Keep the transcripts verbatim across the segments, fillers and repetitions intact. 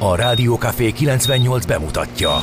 A Rádió Café kilencvennyolc bemutatja.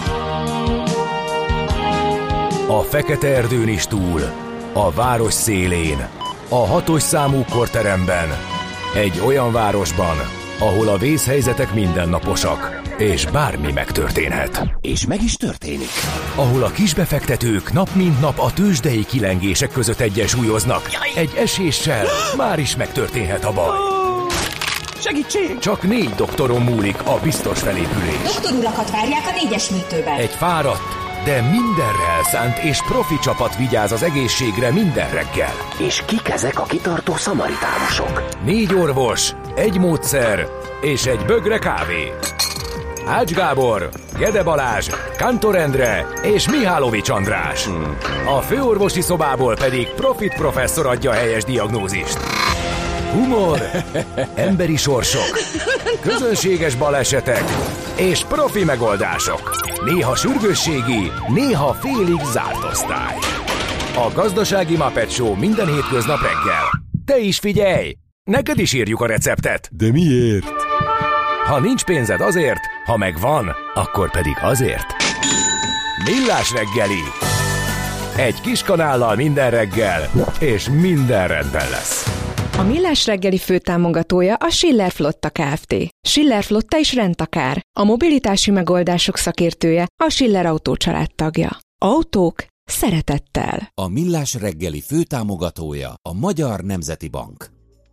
A fekete erdőn is túl, a város szélén, a hatos számú korteremben, egy olyan városban, ahol a vészhelyzetek mindennaposak, és bármi megtörténhet. És meg is történik. Ahol a kisbefektetők nap mint nap a tőzsdei kilengések között egyensúlyoznak. Egy eséssel már is megtörténhet a baj. Segítség! Csak négy doktoron múlik a biztos felépülés. Doktor urakat várják a négyes műtőben. Egy fáradt, de mindenre elszánt és profi csapat vigyáz az egészségre minden reggel. És kik ezek a kitartó szamaritánusok? Négy orvos, egy módszer és egy bögre kávé. Ács Gábor, Gede Balázs, Kántor Endre és Mihálovics András. Hmm. A főorvosi szobából pedig Profit professzor adja a helyes diagnózist. Humor, emberi sorsok, közönséges balesetek és profi megoldások. Néha sürgősségi, néha félig zárt osztály. A Gazdasági Muppet Show minden hétköznap reggel. Te is figyelj! Neked is írjuk a receptet. De miért? Ha nincs pénzed azért, ha megvan, akkor pedig azért. Millás reggeli. Egy kis kanállal minden reggel, és minden rendben lesz. A Millás reggeli főtámogatója a Schiller Flotta Kft. Schiller Flotta és rendtakár. A mobilitási megoldások szakértője, a Schiller Autó család tagja. Autók szeretettel. A Millás reggeli főtámogatója a Magyar Nemzeti Bank.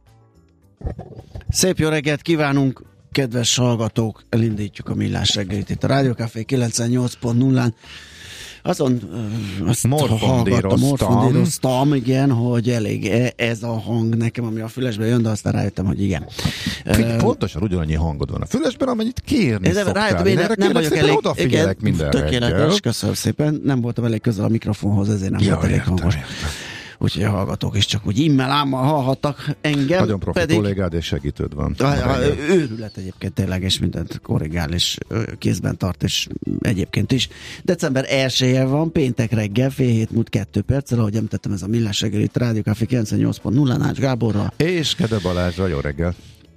Szép jó reggelt kívánunk, kedves hallgatók! Elindítjuk a Millás reggelit itt a Rádió Café kilencvennyolc pont nullán. Azon azt hallgattam, morfondíroztam, igen, hogy elég ez a hang nekem, ami a fülesben jön, de aztán rájöttem, hogy igen. Figyelj, pontosan ugyanannyi hangod van a fülesben, amennyit kérni de szoktál. Rájöttem, én, én nem vagyok elég, odafigyelek minden tökéletes, reggel. Köszönöm szépen, nem voltam elég közel a mikrofonhoz, ezért nem ja, volt elég értem, hangos. értem. Úgyhogy a hallgatók is csak úgy immel-ámmal hallhattak engem. Nagyon profi pedig... kollégád és segítőd van. A, a, őrület egyébként tényleg, és mindent korrigál, és kézben tart, és egyébként is. december elsője van, péntek reggel, fél hét múlt kettő perccel, ahogy említettem, ez a Millás reggel itt Rádió Café kilencvennyolc pont nullán Ács Gáborral. És Gede Balázsra, jó reggel.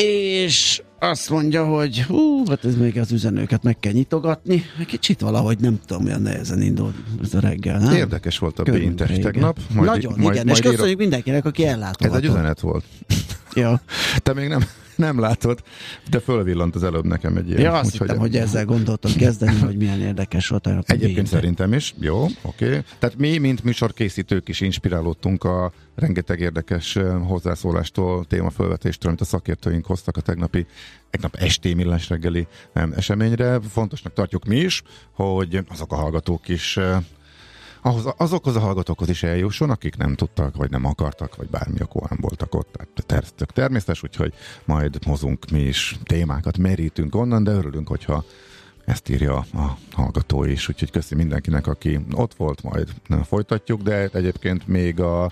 És azt mondja, hogy hú, hát ez még az üzenőket meg kell nyitogatni. Kicsit valahogy nem tudom, olyan nehezen indul ez a reggel. Nem? Érdekes volt a péntek tegnap. Majd, Nagyon, majd, igen, majd és köszönjük ír... mindenkinek, aki ellátogatott. Ez egy üzenet volt. Ja. Te még nem, nem látod, de fölvillant az előbb nekem egy ilyen. Ja, azt hittem, hogy ezzel gondoltam kezdeni, hogy milyen érdekes volt. Egyébként péntek. Szerintem is. Jó, oké. Okay. Tehát mi, mint műsorkészítők is inspirálódtunk a rengeteg érdekes hozzászólástól, témafölvetéstől, amit a szakértőink hoztak a tegnapi, tegnap esti Millás reggeli eseményre. Fontosnak tartjuk mi is, hogy azok a hallgatók is ahhoz, azokhoz a hallgatókhoz is eljusson, akik nem tudtak, vagy nem akartak, vagy bármi okból nem voltak ott. Tehát tök természetes, úgyhogy majd hozunk mi is témákat, merítünk onnan, de örülünk, hogyha ezt írja a hallgató is. Úgyhogy köszi mindenkinek, aki ott volt, majd nem folytatjuk, de egyébként még a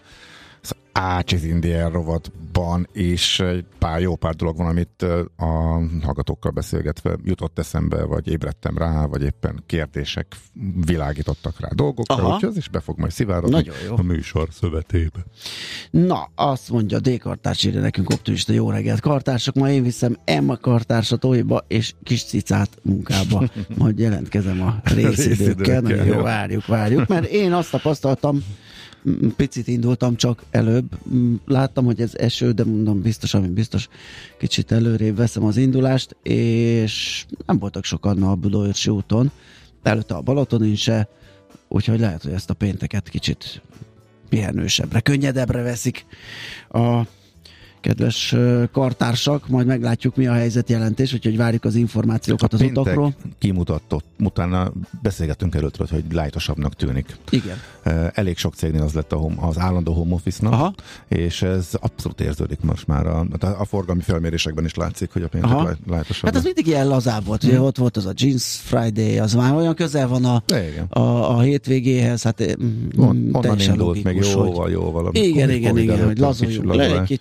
Ács is Indián rovatban is egy pár jó pár dolog van, amit a hallgatókkal beszélgetve jutott eszembe, vagy ébredtem rá, vagy éppen kérdések világítottak rá dolgokra, úgyhogy az is be fog majd szivárogni a műsor szövetébe. Na, azt mondja D. Kartárs írja nekünk, optimista jó reggelt kartársak, ma én viszem Emma kartársat olyba és kis cicát munkába, majd jelentkezem a részidőkkel. Nagyon jó, várjuk, várjuk, mert én azt tapasztaltam, picit indultam csak előbb, láttam, hogy ez eső, de mondom biztos, ami biztos, kicsit előrébb veszem az indulást, és nem voltak sokan a Budaörsi úton, előtte a Balatonin se, úgyhogy lehet, hogy ezt a pénteket kicsit pihenősebbre, könnyedebbre veszik a kedves kartársak, majd meglátjuk, mi a helyzetjelentés, úgyhogy várjuk az információkat az utakról. Kimutatott, utána beszélgetünk előtt, hogy lájtosabbnak tűnik. Igen. Elég sok cégnél az lett a home, az állandó home office-nak, aha, és ez abszolút érződik most már. A, a forgalmi felmérésekben is látszik, hogy a péntek aha. lájtosabb. Hát ez mindig ilyen lazább volt, hmm. ugye ott volt az a Jeans Friday, az már olyan közel van a, a, a hétvégéhez, hát On, onnan indult meg jóval, jóval. Igen, igen, igen, hogy lazuljunk le egy kicsit most már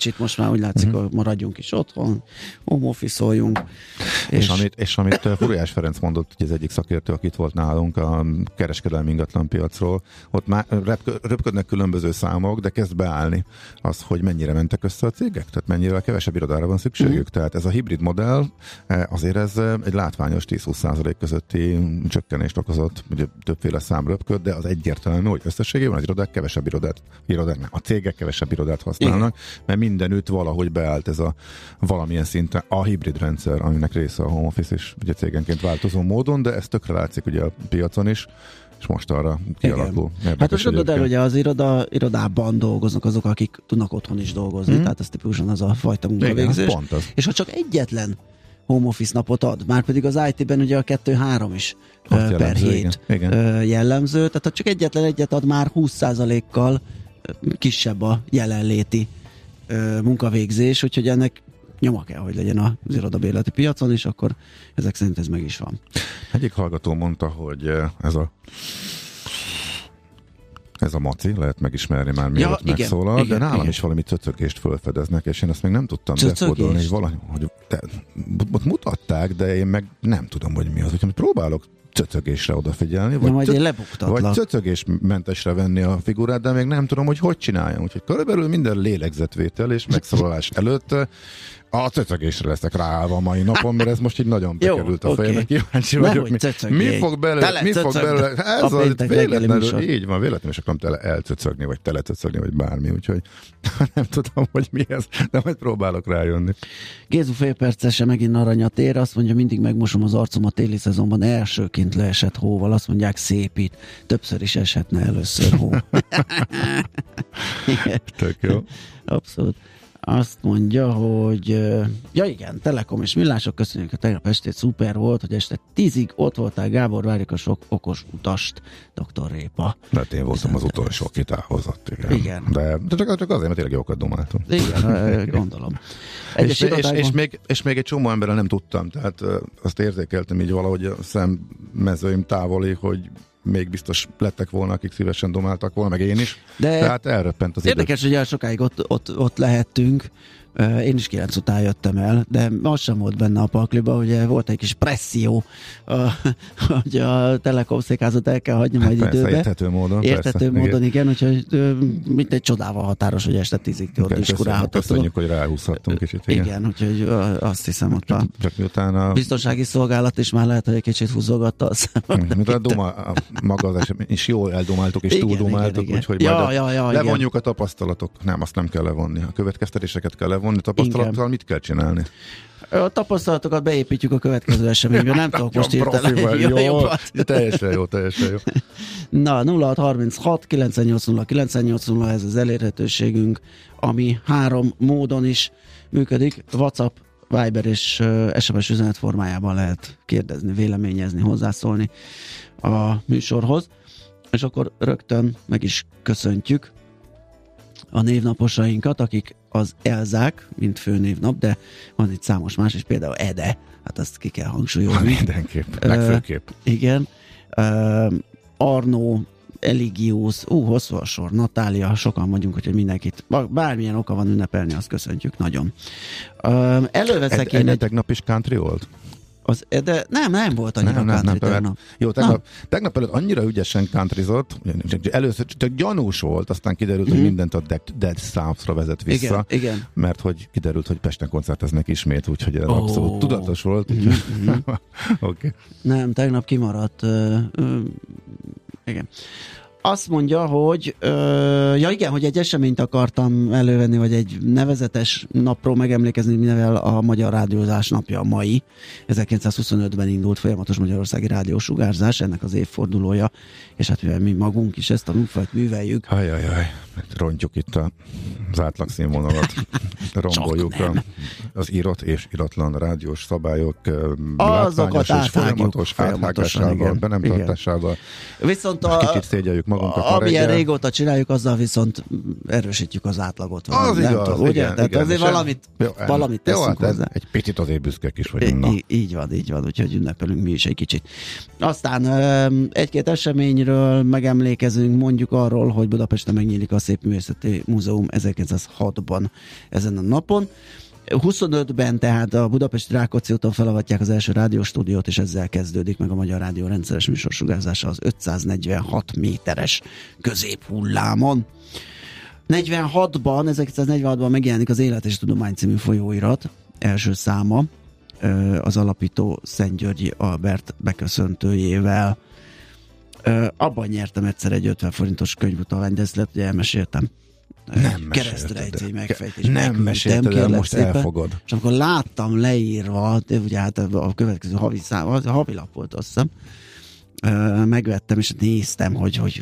már úgy látszik, uh-huh. hogy maradjunk is otthon, home office-oljunk. És, és, amit, és amit Furiás Ferenc mondott, hogy az egyik szakértő, aki itt volt nálunk a kereskedelmi ingatlan piacról, ott már röpködnek különböző számok, de kezd beállni az, hogy mennyire mentek össze a cégek, tehát mennyire kevesebb irodára van szükségük. Uh-huh. Tehát ez a hibrid modell, azért ez egy látványos tíz-húsz százalék közötti csökkenést okozott, ugye többféle szám röpköd, de az egyértelmű, hogy összességében az irodák kevesebb irodát, irodák nem, a cégek kevesebb irodát használnak, igen. mert mindenütt valahogy beállt ez a valamilyen szinten a hibrid rendszer, aminek része a home office is, ugye cégenként változó módon, de ez tökre látszik ugye a piacon is, és most arra kialakul. Hát most gondolod el, hogy az iroda, irodában dolgoznak azok, akik tudnak otthon is dolgozni, mm. tehát ez tipikusan az a fajta munkavégzés. Igen, pont az. És ha csak egyetlen home office napot ad, már pedig az í té-ben ugye a kettő-három is uh, per hét igen. Uh, jellemző, tehát ha csak egyetlen egyet ad, már húsz százalékkal kisebb a jelenléti uh, munkavégzés, úgyhogy ennek nyoma kell, hogy legyen az irodabérleti piacon, és akkor ezek szerint ez meg is van. Egyik hallgató mondta, hogy ez a ez a maci, lehet megismerni már, mielőtt ja, megszólal, igen, de nálam igen. is valami cöcögést fölfedeznek, és én azt még nem tudtam dekódolni, hogy valami, hogy de, ott mutatták, de én meg nem tudom, hogy mi az. Úgyhogy próbálok cöcögésre odafigyelni, vagy, majd cö- vagy cöcögésmentesre venni a figurát, de még nem tudom, hogy hogy csináljam. Úgyhogy körülbelül minden lélegzetvétel és megszólalás előtt a cöcögésre leszek ráállva a mai napon, mert ez most így nagyon bekerült a fejembe. Kíváncsi vagyok, mi, mi fog belőle, mi fog belőle, ez az véletlenül, így van, véletlenül is akarom tele elcöcögni, vagy telecöcögni, vagy bármi, úgyhogy nem tudom, hogy mi ez, de majd próbálok rájönni. Gézu félpercese megint aranyat ér, azt mondja, mindig megmosom az arcom a téli szezonban, elsőként leesett hóval, azt mondják szépít, többször is eshetne először hó. Tök jó. Abszolút. Azt mondja, hogy ja igen, Telekom és Millások, köszönjük a tegnap estét, szuper volt, hogy este tízig ott voltál, Gábor, várjuk a sok okos utast, doktor Répa. De én voltam az utolsó, aki távozott, igen. igen. De, de csak, csak azért, mert tényleg jókat domáltam. Igen, gondolom. és, és, és, még, és még egy csomó emberrel nem tudtam, tehát azt érzékeltem így valahogy a szemmezőim távoli, hogy még biztos lettek volna, akik szívesen domáltak volna, meg én is. De tehát elröppent az érdekes, idő. Hogy el sokáig ott, ott, ott lehettünk. Én is kilenc után jöttem el, de az sem volt benne a pakliba, ugye volt egy kis presszió, hogy a Telekom székházat el kell hagyni majd persze, időbe. Érthető módon. Érthető persze, módon, igen, úgyhogy mint egy csodával határos, hogy este tízig ott is kurálhatott. Köszönjük, hogy ráhúzhattunk kicsit. Igen, igen, úgyhogy azt hiszem ott a csak miután a biztonsági szolgálat is már lehet, hogy egy kicsit húzogatta a szemet. Mint a duma, a maga az eset, és jól eldomáltuk, és túldomáltuk, úgyhogy ja, majd ja, ja, levonjuk igen. a tapasztalatok. Nem, azt nem kell levonni. A következtetéseket kell levonni. Tapasztalattal mit kell csinálni? A tapasztalatokat beépítjük a következő eseménybe. Nem tudok most írtelen. Jó, jó, teljesen jó, teljesen jó. Na, nulla hat harminchat kilencszáznyolcvan nulla kilencszáznyolcvan ez az elérhetőségünk, ami három módon is működik. WhatsApp, Viber és es em es üzenet formájában lehet kérdezni, véleményezni, hozzászólni a műsorhoz. És akkor rögtön meg is köszöntjük a névnaposainkat, akik az Elzák, mint főnévnap, de van itt számos más, és például Ede, hát azt ki kell hangsúlyozni. Mindenképp, legfőképp. Uh, igen. Uh, Arnó, Eligius, ú, uh, hosszú a sor, Natália, sokan vagyunk, hogy mindenkit, bármilyen oka van ünnepelni, azt köszöntjük nagyon. Uh, előveszek Ed, én egy... tegnap is country volt? Az, de nem, nem volt annyira nem, country nem, tegnap. Jó, tegnap, tegnap előtt annyira ügyesen countryzott, először csak gyanús volt, aztán kiderült, mm-hmm. hogy mindent a Dead, Dead South-ra vezet vissza, igen, igen. mert hogy kiderült, hogy Pesten koncerteznek ismét, úgyhogy ez oh. abszolút tudatos volt. Mm-hmm. Okay. Nem, tegnap kimaradt. Uh, uh, igen. Azt mondja, hogy ö, ja igen, hogy egy eseményt akartam elővenni, vagy egy nevezetes napról megemlékezni, mivel a Magyar Rádiózás napja a mai. ezerkilencszázhuszonötben indult folyamatos magyarországi rádiósugárzás, ennek az évfordulója, és hát mivel mi magunk is ezt a műfajt műveljük. Ajajaj, rontjuk itt a, az átlag színvonalat, romboljuk a, az írott és iratlan rádiós szabályok látványos és folyamatos áthágásával, be nem tartásával. Viszont a, kicsit szégyeljük magunkat a, ma amilyen reggel. régóta csináljuk, azzal viszont erősítjük az átlagot. Az nem igaz, tudom, ugye? igen, Tehát igen, azért és valamit, jó, valamit jó, teszünk hát hozzá. egy picit azért büszkek is vagyunk. Na. Í- így van, így van, úgyhogy ünnepelünk mi is egy kicsit. Aztán egy-két eseményről megemlékezünk, mondjuk arról, hogy Budapesten megnyílik a Szépművészeti Múzeum ezerkilencszázhatban ezen a napon. huszonötben tehát a Budapesti Rákóczi úton felavatják az első rádióstúdiót, és ezzel kezdődik meg a Magyar Rádió rendszeres műsorsugárzása az ötszáznegyvenhat méteres középhullámon. negyvenhatban, ezerkilencszáznegyvenhatban megjelenik az Élet és Tudomány című folyóirat első száma, az alapító Szentgyörgyi Albert beköszöntőjével. Abban nyertem egyszer egy ötven forintos könyvutalványt, de ezt lehet, hogy elmeséltem. Nem Keresztrejtői megfejtés. Nem mesélted el, most szépen. Elfogod. És amikor láttam leírva, de ugye hát a következő havi szám, a havi lap volt, azt hiszem, megvettem, és néztem, hogy, hogy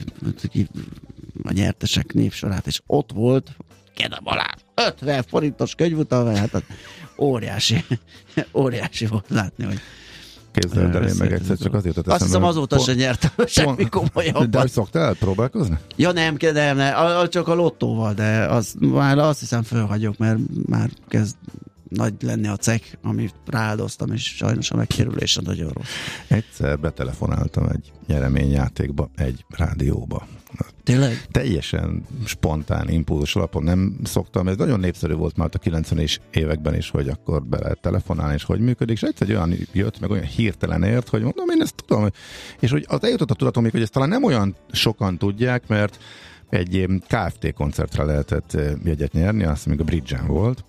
a nyertesek névsorát, és ott volt Kede Balázs, ötven forintos könyvutalvány, hát óriási, óriási volt látni, hogy képzeld el, én meg egyszer csak azért jutott eszembe. Azt hiszem azóta se nyertem semmi komolyabban. De hogy szoktál próbálkozni? Ja nem, nem, nem, csak a lottóval, de az, már azt hiszem fölhagyok, mert már kezd nagy lenni a cekk, amit rááldoztam, és sajnos a megkerülése nagyon rossz. Egyszer betelefonáltam egy nyereményjátékba, egy rádióba. Tényleg? Teljesen spontán, impulzus alapon nem szoktam, ez nagyon népszerű volt már a kilencvenes években is, hogy akkor be lehet telefonálni, és hogy működik, és egyszer olyan jött, meg olyan hirtelen ért, hogy mondom, én ezt tudom, és hogy az eljutott a tudatom még, hogy ezt talán nem olyan sokan tudják, mert egy ká ef té koncertre lehetett jegyet nyerni, azt még a Bridge-en volt,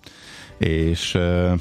és uh,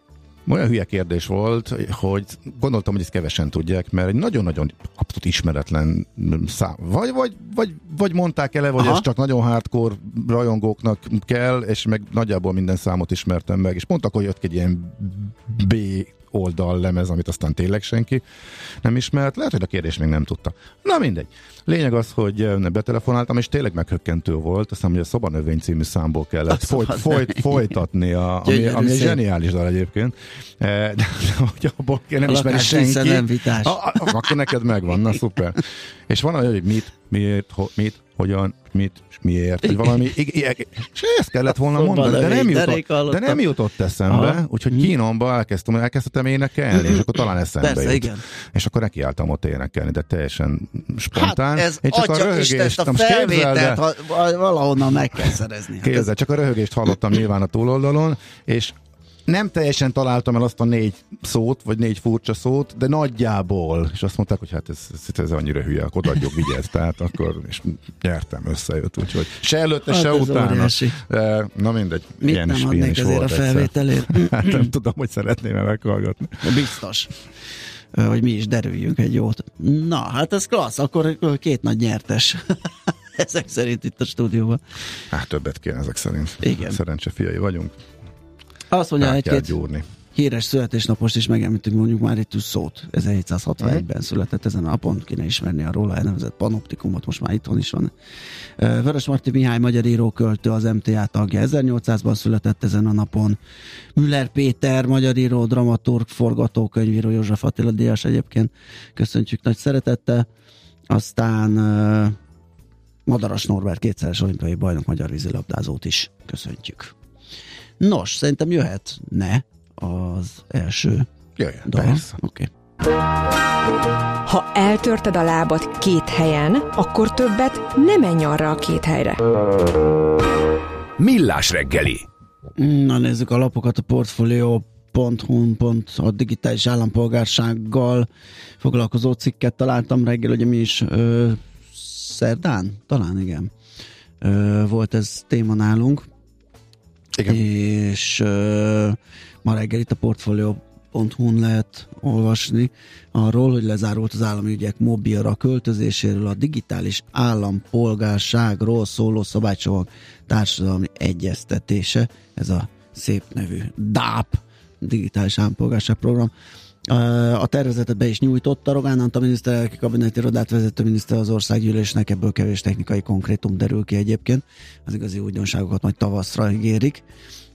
olyan hülye kérdés volt, hogy gondoltam, hogy ezt kevesen tudják, mert egy nagyon-nagyon abszolút ismeretlen szám. Vagy, vagy, vagy, vagy mondták ele, vagy ez csak nagyon hardcore rajongóknak kell, és meg nagyjából minden számot ismertem meg, és mondtak, hogy jött egy ilyen B oldal lemez, amit aztán tényleg senki nem ismert. Lehet, hogy a kérdés még nem tudta. Na mindegy. Lényeg az, hogy betelefonáltam, és tényleg meghökkentő volt. Aztán, hogy a Szobanövény című számból kellett folyt, folyt, folytatni, a, ami, ami egy zseniális dal egyébként. De, de hogy abból nem ismeri senki. Nem vitás. A, a, akkor neked megvan, na szuper. És van olyan, hogy mit, miért, ho, mit, hogyan, mit, és miért, vagy valami, és ezt kellett volna mondani, de nem jutott, de nem jutott eszembe, aha. Úgyhogy kínomba elkezdtem, elkezdtem énekelni, és akkor talán eszembe persze, jut. Igen. És akkor nekiálltam ott énekelni, de teljesen spontán. Hát ez én csak atya a röhögést, Isten, a felvételt ha, valahonnan meg kell szerezni. Képzeld, csak a röhögést hallottam nyilván a túloldalon, és nem teljesen találtam el azt a négy szót, vagy négy furcsa szót, de nagyjából. És azt mondták, hogy hát ez, ez, ez annyira hülye, akkor odaadjuk, vigyázz. Tehát akkor, és nyertem, összejött. Úgyhogy se előtte, hát se utána. De, na mindegy. Mit ilyen nem is, adnék is azért a felvételért? Hát nem tudom, hogy szeretném-e meghallgatni. Biztos. Hogy mi is derüljünk egy jót. Na, hát ez klassz. Akkor két nagy nyertes. Ezek szerint itt a stúdióban. Hát többet kéne ezek szerint. Igen. Szerencse fiai vagyunk. Azt mondja, egy-két gyúrni. Híres születésnapost is megemlítünk, mondjuk már itt szót. ezerhétszázhatvanegyben született ezen a napon, kéne ismerni a róla elnevezett panoptikumot, most már itthon is van. Vörösmarty Mihály magyar író, költő, az em té á tagja, ezernyolcszázban született ezen a napon. Müller Péter, magyar író, dramaturg, forgatókönyvíró, József Attila díjas egyébként. Köszöntjük nagy szeretettel. Aztán Madaras Norbert, kétszeres olimpiai bajnok, magyar vízilabdázót is köszöntjük. Nos, szerintem jöhetne az első Jöjjön, dal. persze. Okay. Ha eltörted a lábad két helyen, akkor többet ne menj arra a két helyre. Millás reggeli. Na nézzük a lapokat, a portfolio pont hu pont a digitális állampolgársággal foglalkozó cikket találtam reggel, ugye mi is ö, szerdán? Talán igen. Ö, volt ez téma nálunk. Igen. És uh, ma reggel itt a portfolio pont hu-n lehet olvasni arról, hogy lezárult az állami ügyek mobilra költözéséről, a digitális állampolgárságról szóló szabálycsomag társadalmi egyeztetése, ez a szép nevű dé á pé, digitális állampolgárság program. A tervezetet be is nyújtotta Rogán Antal miniszterelnöki kabinetirodát vezető miniszter az országgyűlésnek, ebből kevés technikai konkrétum derül ki egyébként. Az igazi újdonságokat majd tavaszra ígérik.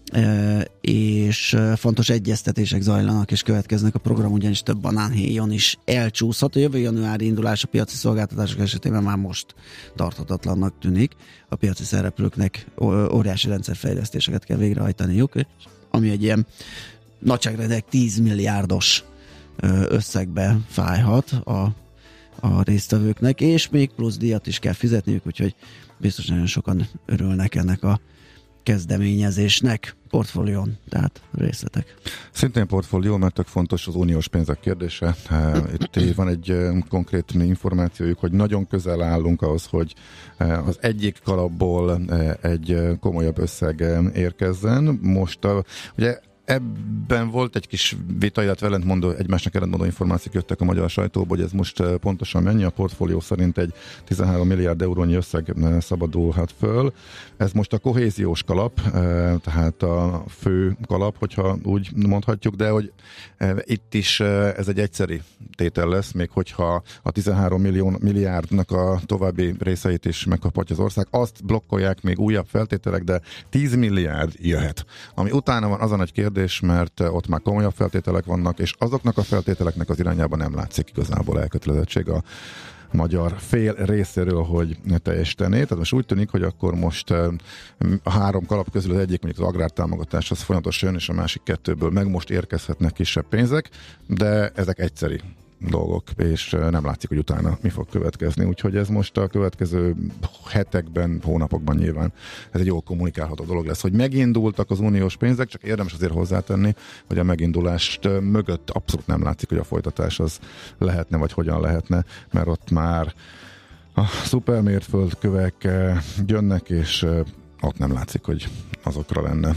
és fontos egyeztetések zajlanak és következnek. A program ugyanis több banánhéjon is elcsúszhat. A jövő januári indulás a piaci szolgáltatások esetében már most tarthatatlannak tűnik. A piaci szereplőknek óriási rendszerfejlesztéseket kell végrehajtaniuk, ami egy ilyen nagyságrendek tíz milliárdos összegbe fájhat a, a résztvevőknek, és még plusz díjat is kell fizetniük, úgyhogy biztos nagyon sokan örülnek ennek a kezdeményezésnek. Portfólión, tehát részletek. Szintén portfólió, mert tök fontos az uniós pénzek kérdése. Itt van egy konkrét információjuk, hogy nagyon közel állunk ahhoz, hogy az egyik kalapból egy komolyabb összeg érkezzen. Most a, ugye ebben volt egy kis vita, illetve ellentmondó, egymásnak ellentmondó információk jöttek a magyar sajtóból, hogy ez most pontosan mennyi. A portfólió szerint egy tizenhárom milliárd eurónyi összeg szabadulhat föl. Ez most a kohéziós kalap, tehát a fő kalap, hogyha úgy mondhatjuk, de hogy itt is ez egy egyszeri tétel lesz, még hogyha a tizenhárom millió, milliárdnak a további részeit is megkaphatja az ország. Azt blokkolják még újabb feltételek, de tíz milliárd jöhet. Ami utána van, az a nagy kérdés, mert ott már komolyabb feltételek vannak, és azoknak a feltételeknek az irányában nem látszik igazából elkötelezettség a magyar fél részéről, hogy ne teljesítené. Tehát most úgy tűnik, hogy akkor most a három kalap közül az egyik, mondjuk az agrártámogatás, az folyamatosan jön, és a másik kettőből meg most érkezhetnek kisebb pénzek, de ezek egyszeri dolgok, és nem látszik, hogy utána mi fog következni. Úgyhogy ez most a következő hetekben, hónapokban nyilván ez egy jól kommunikálható dolog lesz, hogy megindultak az uniós pénzek, csak érdemes azért hozzátenni, hogy a megindulást mögött abszolút nem látszik, hogy a folytatás az lehetne, vagy hogyan lehetne, mert ott már a szupermérföldkövek jönnek, és ott nem látszik, hogy azokra lenne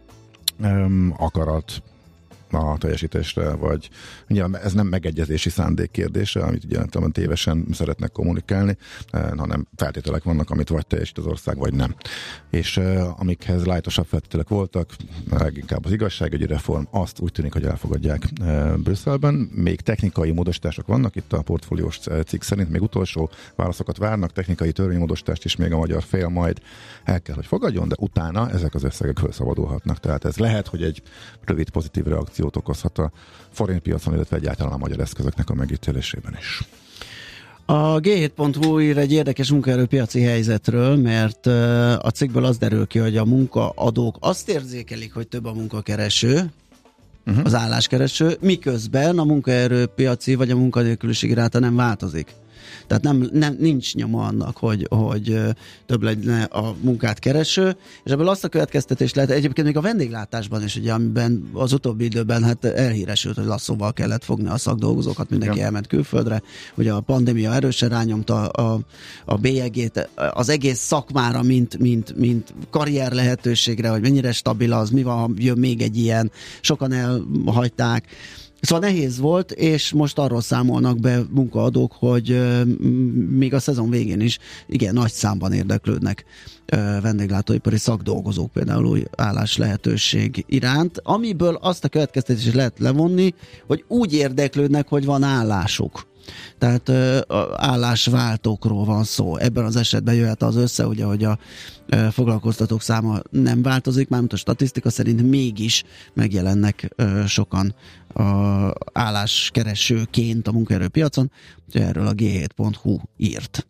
akarat a teljesítésre, vagy nyilván ez nem megegyezési szándék kérdése, amit ugye tévesen szeretnek kommunikálni, hanem feltételek vannak, amit vagy teljesít az ország, vagy nem. És amikhez lájtosabb feltételek voltak, leginkább az igazságügyi reform, azt úgy tűnik, hogy elfogadják Brüsszelben. Még technikai módosítások vannak, itt a portfóliós cikk szerint még utolsó válaszokat várnak, technikai törvénymódosítást is még a magyar fél majd el kell, hogy fogadjon, de utána ezek az összegek felszabadulhatnak. Tehát ez lehet, hogy egy rövid pozitív reakció okozhat a forintpiacon, illetve egyáltalán a magyar eszközöknek a megítélésében is. A gé hét pont hu ír egy érdekes munkaerőpiaci helyzetről, mert a cikkből az derül ki, hogy a munkaadók azt érzékelik, hogy több a munkakereső, uh-huh. az álláskereső, miközben a munkaerőpiaci vagy a munkanélküliségi ráta nem változik. Tehát nem, nem, nincs nyoma annak, hogy, hogy több legyen a munkát kereső, és ebből azt a következtetést lehet, egyébként még a vendéglátásban is, ugye, amiben az utóbbi időben hát elhíresült, hogy lasszóval kellett fogni a szakdolgozókat, mindenki ja. elment külföldre, ugye a pandémia erősen rányomta a, a bélyegét az egész szakmára, mint, mint, mint karrier lehetőségre, hogy mennyire stabil az, mi van, ha jön még egy ilyen, sokan elhagyták. Szóval nehéz volt, és most arról számolnak be munkaadók, hogy euh, még a szezon végén is igen, nagy számban érdeklődnek euh, vendéglátóipari szakdolgozók például új állás lehetőség iránt, amiből azt a következtetést lehet levonni, hogy úgy érdeklődnek, hogy van állásuk. Tehát ö, állásváltókról van szó. Ebben az esetben jöhet az össze, ugye, hogy a ö, foglalkoztatók száma nem változik, mármint a statisztika szerint mégis megjelennek ö, sokan a álláskeresőként a munkaerőpiacon. Erről a gé hét pont hu írt.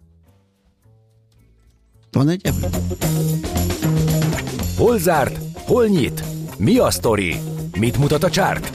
Van egy ebből? Hol zárt? Hol nyit? Mi a sztori? Mit mutat a csárt?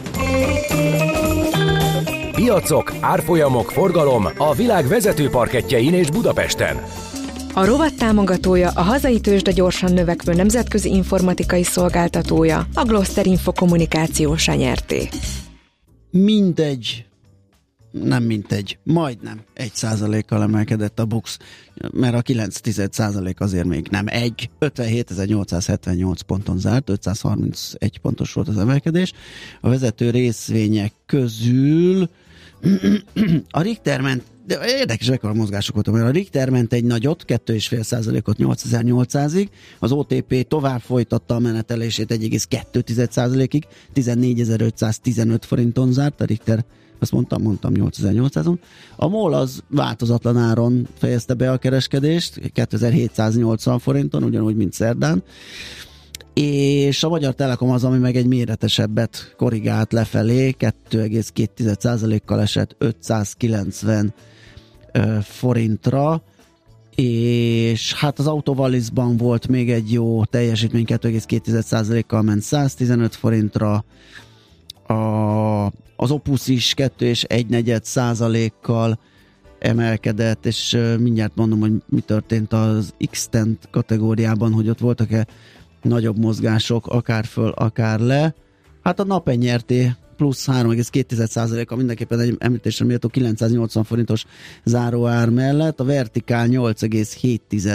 Piacok, árfolyamok, forgalom a világ vezető parkettjein és Budapesten. A rovat támogatója a hazai tőzsde gyorsan növekvő nemzetközi informatikai szolgáltatója, a Gloster Info Kommunikáció Nyerté. Mindegy, nem mindegy, majdnem egy százalékkal emelkedett a BUX, mert a kilenc egész százalék azért még nem egy. ötvenhétezer-nyolcszázhetvennyolc ponton zárt, ötszázharmincegy pontos volt az emelkedés. A vezető részvények közül a Richter ment, de érdekes ekkora mozgások voltak, mert a Richter ment egy nagyot, két egész öt százalékot nyolcezer-nyolcszázig, az o té pé tovább folytatta a menetelését egy egész kettő százalékig, tizennégyezer-ötszáztizenöt forinton zárt, a Richter, azt mondtam, mondtam nyolcezer-nyolcszázon. A MOL az változatlan áron fejezte be a kereskedést, kétezer-hétszáznyolcvan forinton, ugyanúgy, mint szerdán. és a Magyar Telekom az, ami meg egy méretesebbet korrigált lefelé, kettő egész két százalékkal esett ötszázkilencven uh, forintra, és hát az Autovalisban volt még egy jó teljesítmény, kettő egész két százalékkal ment száztizenöt forintra, a, az Opus is kettő és egy negyed százalékkal emelkedett, és uh, mindjárt mondom, hogy mi történt az X-Tent kategóriában, hogy ott voltak-e nagyobb mozgások, akár föl, akár le. Hát a Napen nyerté plusz három egész két százaléka mindenképpen egy említésre méltó kilencszáznyolcvan forintos záróár mellett, a Vertikál nyolc egész hét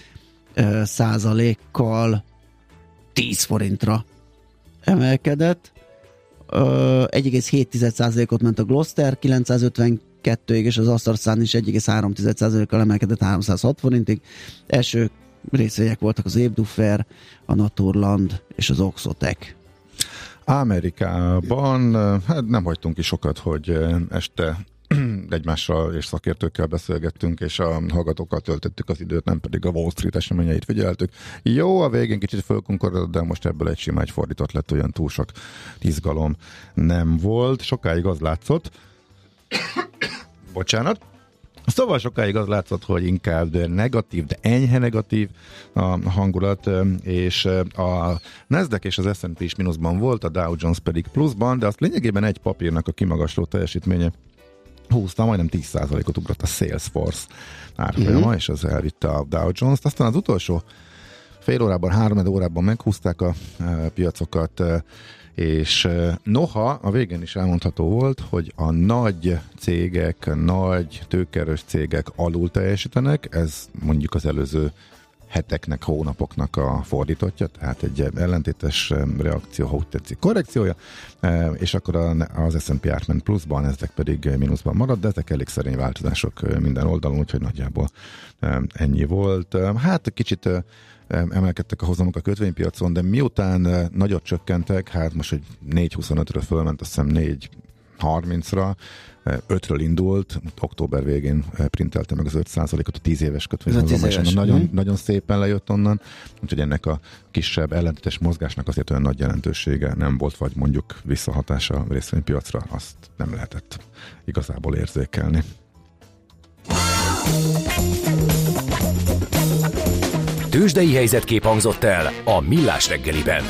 százalékkal tíz forintra emelkedett. egy egész hét százalékot ment a Gloster kilencszázötvenkettőig, és az Asztarszán is egy egész három százalékkal emelkedett háromszázhat forintig. Első részvények voltak az Ébduffer, a Naturland és az Oxotec. Amerikában hát nem hagytunk ki sokat, hogy este egymással és szakértőkkel beszélgettünk, és a hallgatókkal töltöttük az időt, nem pedig a Wall Street eseményeit figyeltük. Jó, a végén kicsit fölkonkorodott, de most ebből egy sima, egy fordított lett, olyan túl sok izgalom nem volt. Sokáig az látszott, bocsánat, Szóval sokáig az látszott, hogy inkább negatív, de enyhe negatív a hangulat, és a Nasdaq és az es and pé is mínuszban volt, a Dow Jones pedig pluszban, de azt lényegében egy papírnak a kimagasló teljesítménye húzta, majdnem tíz százalékot ugrott a Salesforce árfolyama, uh-huh. és az elvitte a Dow Jones-t. Aztán az utolsó fél órában, három órában meghúzták a piacokat, és noha a végén is elmondható volt, hogy a nagy cégek, nagy tőkerös cégek alul teljesítenek, ez mondjuk az előző heteknek, hónapoknak a fordítottja, tehát egy ellentétes reakció, ha úgy tetszik, korrekciója, és akkor az es and pé árt ment pluszban, ezek pedig mínuszban marad, de ezek elég szerény változások minden oldalon, úgyhogy nagyjából ennyi volt. Hát kicsit emelkedtek a hozamok a kötvénypiacon, de miután nagyot csökkentek, hát most egy négy huszonötről fölment, azt hiszem négy harmincra, ötről indult, október végén printelte meg az öt százalékot, a tíz éves kötvényhozam, és nagyon, nagyon szépen lejött onnan, úgyhogy ennek a kisebb ellentétes mozgásnak azért olyan nagy jelentősége nem volt, vagy mondjuk visszahatása a részvénypiacra, azt nem lehetett igazából érzékelni. Tőzsdei helyzetkép hangzott el a Millás reggeliben.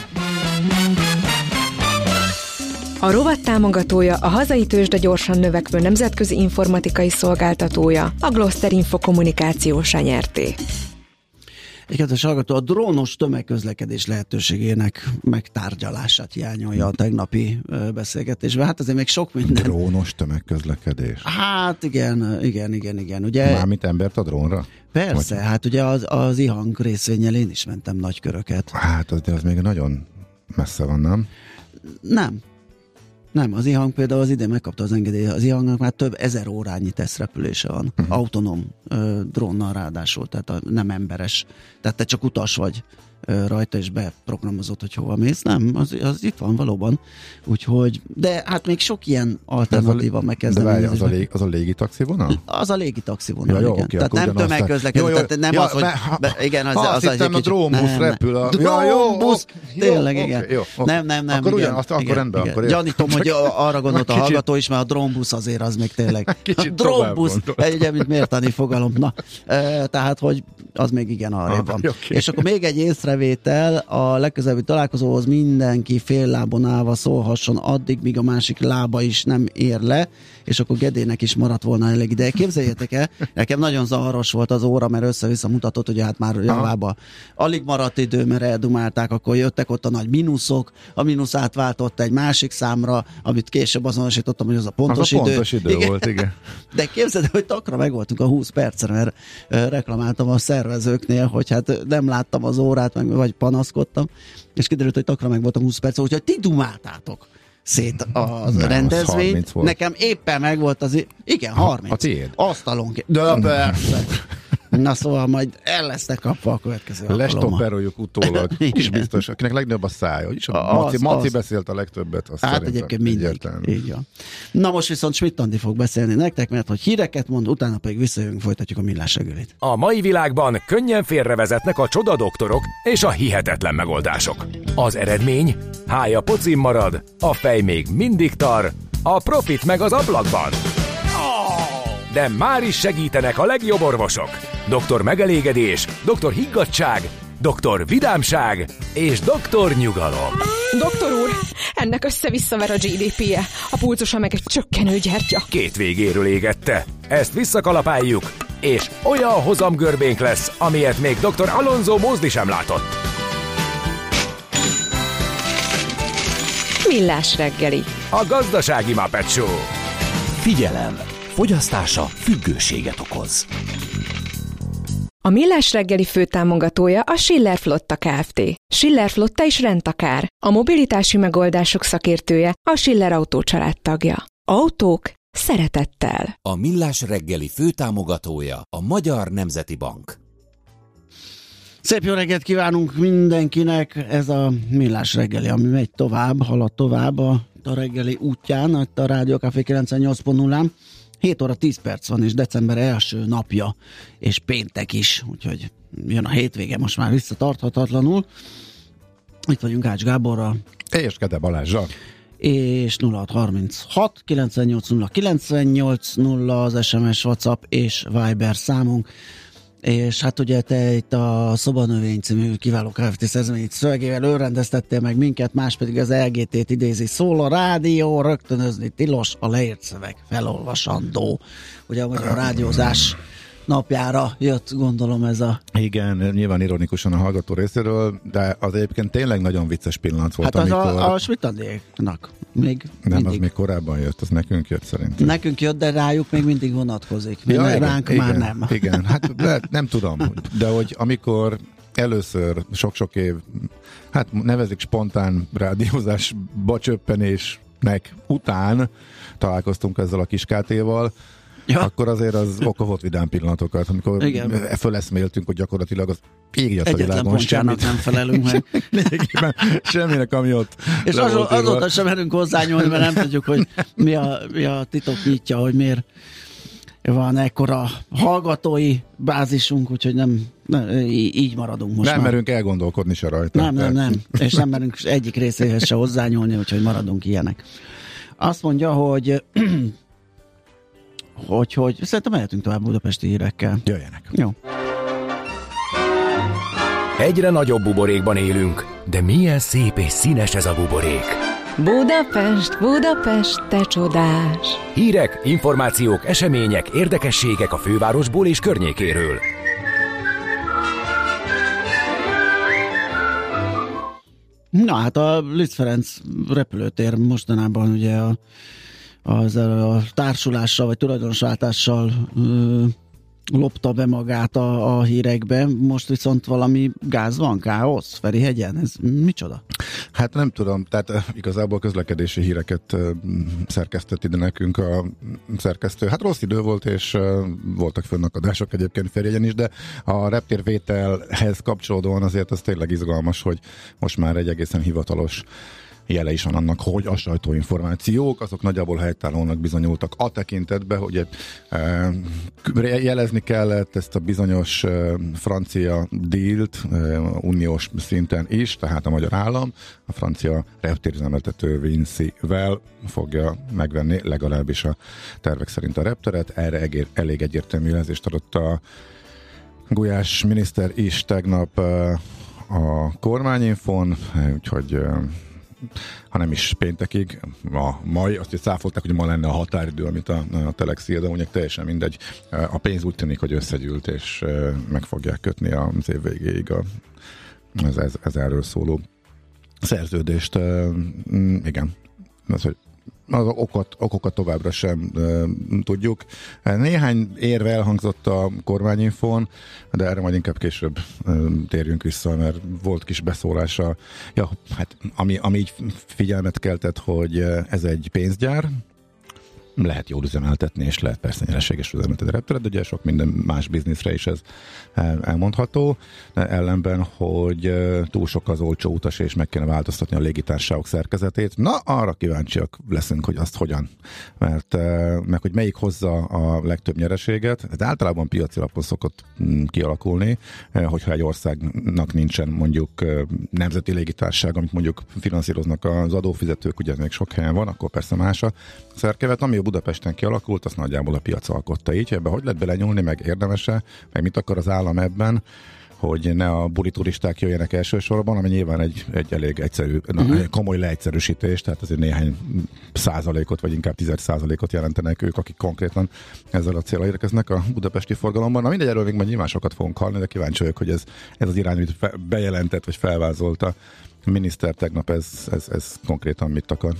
A rovat támogatója a hazai tőzsde gyorsan növekvő nemzetközi informatikai szolgáltatója, a Gloster Info Kommunikációs nyerté. Egy kedves hallgató, a drónos tömegközlekedés lehetőségének megtárgyalását hiányolja a tegnapi beszélgetésben. Hát azért még sok minden. Drónos tömegközlekedés? Hát igen, igen, igen, igen. Ugye, mármint embert a drónra? Persze, vagy? Hát ugye az, az ihang részvénnyel én is mentem nagy köröket. Hát az, de az még nagyon messze van, nem? Nem. Nem, az ihang például az idén megkapta az engedélyt, az ihangnak már több ezer órányi tesztrepülése van, uh-huh. autonóm ö, drónnal ráadásul, tehát a, nem emberes, tehát te csak utas vagy ö, rajta, és beprogramozott, hogy hova mész, nem, az, az itt van valóban, úgyhogy, de hát még sok ilyen alternatíva megkezdeni. De az a, lég, az a légitaxi vonal? Az a légitaxi vonal, ja, jó, igen. Okay, tehát nem tömegközlekedés, tehát nem ja, az, hogy ha, be, igen, az, ha, az, az, az a drónbusz repül. A... Drónbusz, tényleg, jó, igen. Okay, jó, okay. Nem, nem, nem. Akkor igen, ugyan, azt akkor igen, rendben. Igen. Akkor Gyanítom, hogy arra gondolt a hallgató is, mert a drónbusz azért az még tényleg. A drónbusz, egy mint mértani fogalom. Na, e, tehát, hogy az még igen arrébb van. Okay. És akkor még egy észrevétel, a legközelebbi találkozóhoz mindenki fél lábon állva szólhasson addig, míg a másik lába is nem ér le, és akkor Gedének is maradt volna elég ideje. Képzeljétek el, nekem nagyon zavaros volt az óra, mert össze-vissza mutatott, hogy hát már javába alig maradt idő, mert eldumálták, akkor jöttek ott a nagy mínuszok, a mínusz átváltott egy másik számra, amit később azonosítottam, hogy az a pontos az a idő. pontos idő igen. volt, igen. De képzeld, hogy takra megvoltunk a húsz percre, mert reklamáltam a szervezőknél, hogy hát nem láttam az órát, meg, vagy panaszkodtam, és kiderült, hogy takra megvoltam húsz perc, úgyhogy ti dumáltátok szét a rendezvény. Nekem éppen megvolt az... Igen, harminc. A tiéd? Asztalonként. De persze. Na szóval majd el lesznek kapva a következő alkalommal. Lestopperoljuk utólag. Kis biztos, akinek legnagyobb a szája. Úgyis a Maci, az, Maci az. beszélt a legtöbbet. Azt hát egyébként mindig. Így van. Na most viszont Schmidt Andi fog beszélni nektek, mert hogy híreket mond, utána pedig visszajövünk, folytatjuk a Millás reggelit. A mai világban könnyen félrevezetnek a csodadoktorok és a hihetetlen megoldások. Az eredmény? Hája pocim marad, a fej még mindig tar, a profit meg az ablakban. De már is segítenek a legjobb orvosok. doktor Megelégedés, doktor Higgadtság, doktor Vidámság és doktor Nyugalom. Doktor úr, ennek össze-visszaver a gé dé pé-je, a pulcosa meg egy csökkenő gyertya. Két végéről égette. Ezt visszakalapáljuk, és olyan hozamgörbénk lesz, amilyet még doktor Alonso Mózdi sem látott. Millás reggeli. A gazdasági Muppet Show. Figyelem! Fogyasztása függőséget okoz. A Millás reggeli főtámogatója a Schiller Flotta Kft. Schiller Flotta is rendtakár. A mobilitási megoldások szakértője, a Schiller Autó családtagja. Autók szeretettel. A Millás reggeli főtámogatója a Magyar Nemzeti Bank. Szép jó reggelt kívánunk mindenkinek, ez a Millás reggeli, ami megy tovább, halad tovább a, a reggeli útján, a Rádió Café kilencvennyolc pont nullán. hét óra tíz perc van, és december első napja, és péntek is, úgyhogy jön a hétvége most már visszatarthatatlanul. Itt vagyunk Ács Gáborral. És Gede Balázsral. És nulla hat harminchat kilencvennyolc nulla kilencvennyolc nulla az es em es, WhatsApp és Viber számunk. És hát ugye te itt a Szobanövény című kiváló Kft. Szerzeményi szövegével őrendeztettél meg minket, más pedig az el gé té-t idézi. Szól a rádió, rögtönözni tilos, a leírt szöveg felolvasandó. Ugye a rádiózás napjára jött, gondolom ez a... Igen, nyilván ironikusan a hallgató részéről, de az egyébként tényleg nagyon vicces pillanat volt, hát az amikor... a, a Schmidt-Andéknak még Nem, mindig. az még korábban jött, az nekünk jött szerintem. Nekünk jött, de rájuk még mindig vonatkozik. Ja, igen, ránk igen, már nem. Igen, hát de, nem tudom, de hogy amikor először sok-sok év, hát nevezik spontán rádiózásba csöppenésnek után találkoztunk ezzel a kis kátéval, ja. Akkor azért az okozott vidám pillanatokat, amikor igen. Föleszméltünk, hogy gyakorlatilag az ég a világon semmit nem felelünk meg. Semminek, ami ott. És azó, azóta sem merünk hozzányúlni, mert nem tudjuk, hogy mi a, mi a titok nyitja, hogy miért van ekkora hallgatói bázisunk, úgyhogy nem, nem így maradunk most. Nem már. merünk elgondolkodni se rajta. Nem, nem, nem. És nem merünk egyik részéhez se hozzányúlni, úgyhogy maradunk ilyenek. Azt mondja, hogy hogy, hogy szerintem mehetünk tovább budapesti hírekkel. Jöjjenek. Jó. Egyre nagyobb buborékban élünk, de milyen szép és színes ez a buborék. Budapest, Budapest, te csodás! Hírek, információk, események, érdekességek a fővárosból és környékéről. Na hát a Liszt Ferenc repülőtér mostanában ugye a az a társulással, vagy tulajdonosváltással ö, lopta be magát a, a hírekbe. Most viszont valami gáz van, káosz, Ferihegyen? Ez micsoda? Hát nem tudom, tehát igazából közlekedési híreket uh, szerkesztett ide nekünk a szerkesztő. Hát rossz idő volt, és uh, voltak fönnakadások egyébként Ferihegyen is, de a reptérvételhez kapcsolódóan azért az tényleg izgalmas, hogy most már egy egészen hivatalos jele is van annak, hogy a sajtóinformációk, azok nagyjából helytállónak bizonyultak a tekintetben, hogy e, jelezni kellett ezt a bizonyos e, francia dílt e, uniós szinten is, tehát a magyar állam a francia reptérüzemeltető Vinci-vel fogja megvenni legalábbis a tervek szerint a repteret. Erre egér, elég egyértelmű jelzést adott a Gulyás miniszter is tegnap e, a kormányinfon, úgyhogy e, ha nem is péntekig, a mai, azt is száfolták, hogy ma lenne a határidő, amit a, a Telex ír, de mondjuk teljesen mindegy. A pénz úgy tűnik, hogy összegyűlt, és meg fogják kötni az év végéig a, az ez, ez erről szóló szerződést. Igen, az, hogy az okokat, okokat továbbra sem uh, tudjuk. Néhány érve elhangzott a kormányinfón, de erre majd inkább később uh, térjünk vissza, mert volt kis beszólása. Ja, hát ami, ami így figyelmet keltett, hogy ez egy pénzgyár, lehet jól üzemeltetni, és lehet persze nyereséges üzemeltetni repteret, de ugye sok minden más bizniszre is ez elmondható. Ellenben, hogy túl sok az olcsó utas, és meg kéne változtatni a légitársaságok szerkezetét. Na, arra kíváncsiak leszünk, hogy azt hogyan. Mert meg, hogy melyik hozza a legtöbb nyereséget, ez általában piaci alapon szokott kialakulni, hogyha egy országnak nincsen mondjuk nemzeti légitársaság, amit mondjuk finanszíroznak az adófizetők, ugye ez még sok helyen van, akkor persze más a szerkevet, ami a Budapesten kialakult, azt nagyjából a piac alkotta így. Ebben hogy lehet belenyúlni, meg érdemese, meg mit akar az állam ebben, hogy ne a buli turisták jöjjenek elsősorban, ami nyilván egy, egy elég egyszerű, uh-huh. na, komoly leegyszerűsítés, tehát azért néhány százalékot, vagy inkább tíz százalékot jelentenek ők, akik konkrétan ezzel a célra érkeznek a budapesti forgalomban. Na mindegy, erről még majd nyilván sokat fogunk hallani, de kíváncsi vagyok, hogy ez, ez az irány, amit fe, bejelentett, vagy felvázolta a miniszter tegnap, ez, ez, ez konkrétan mit akar?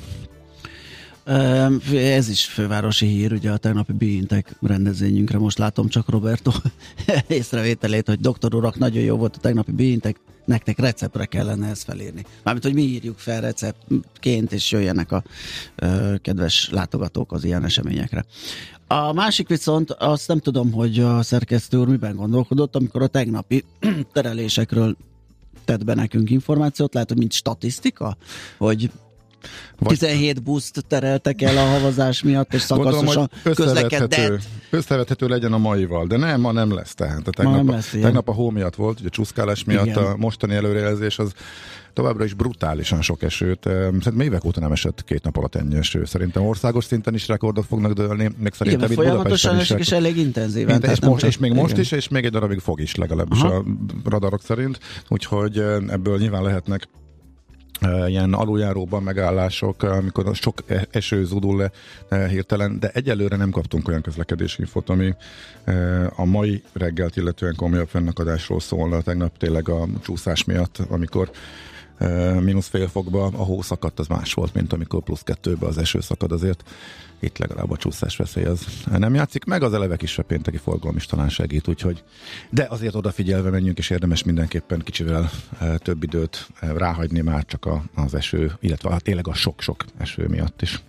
Ez is fővárosi hír, ugye a tegnapi Beintek rendezvényünkre most látom csak Roberto észrevételét, hogy doktor urak, nagyon jó volt a tegnapi Beintek, nektek receptre kellene ezt felírni. Mármint, hogy mi írjuk fel receptként, és jöjjenek a ö, kedves látogatók az ilyen eseményekre. A másik viszont, azt nem tudom, hogy a szerkesztő úr miben gondolkodott, amikor a tegnapi terelésekről tett be nekünk információt, lehet, hogy mint statisztika, hogy tizenhét buszt tereltek el a havazás miatt, és szakaszosan közlekedett. Összevethető legyen a maival, de nem, ma nem lesz tehát. A tegnap, lesz, tegnap a hó miatt volt, ugye csúszkálás miatt, igen. A mostani előrejelzés az továbbra is brutálisan sok esőt. Szerintem évek óta nem esett két nap alatt ennyi eső. Szerintem országos szinten is rekordok fognak dőlni, meg szerintem igen, itt Budapesten is. És elég intenzíven. És, most, és még igen. most is, és még egy darabig fog is legalábbis aha. a radarok szerint. Úgyhogy ebből nyilván lehetnek ilyen aluljáróban megállások, amikor sok eső zúdul le hirtelen, de egyelőre nem kaptunk olyan közlekedési infót, ami a mai reggelt illetően komolyabb fennakadásról szólna. Tegnap tényleg a csúszás miatt, amikor mínusz fél fokba a hó szakadt, az más volt, mint amikor plusz kettőbe az eső szakad, azért itt legalább a csúszás veszély az nem játszik, meg az eleve kisebb pénteki forgalom is talán segít, úgyhogy de azért odafigyelve menjünk, és érdemes mindenképpen kicsivel e, több időt e, ráhagyni már csak a, az eső, illetve a, tényleg a sok-sok eső miatt is.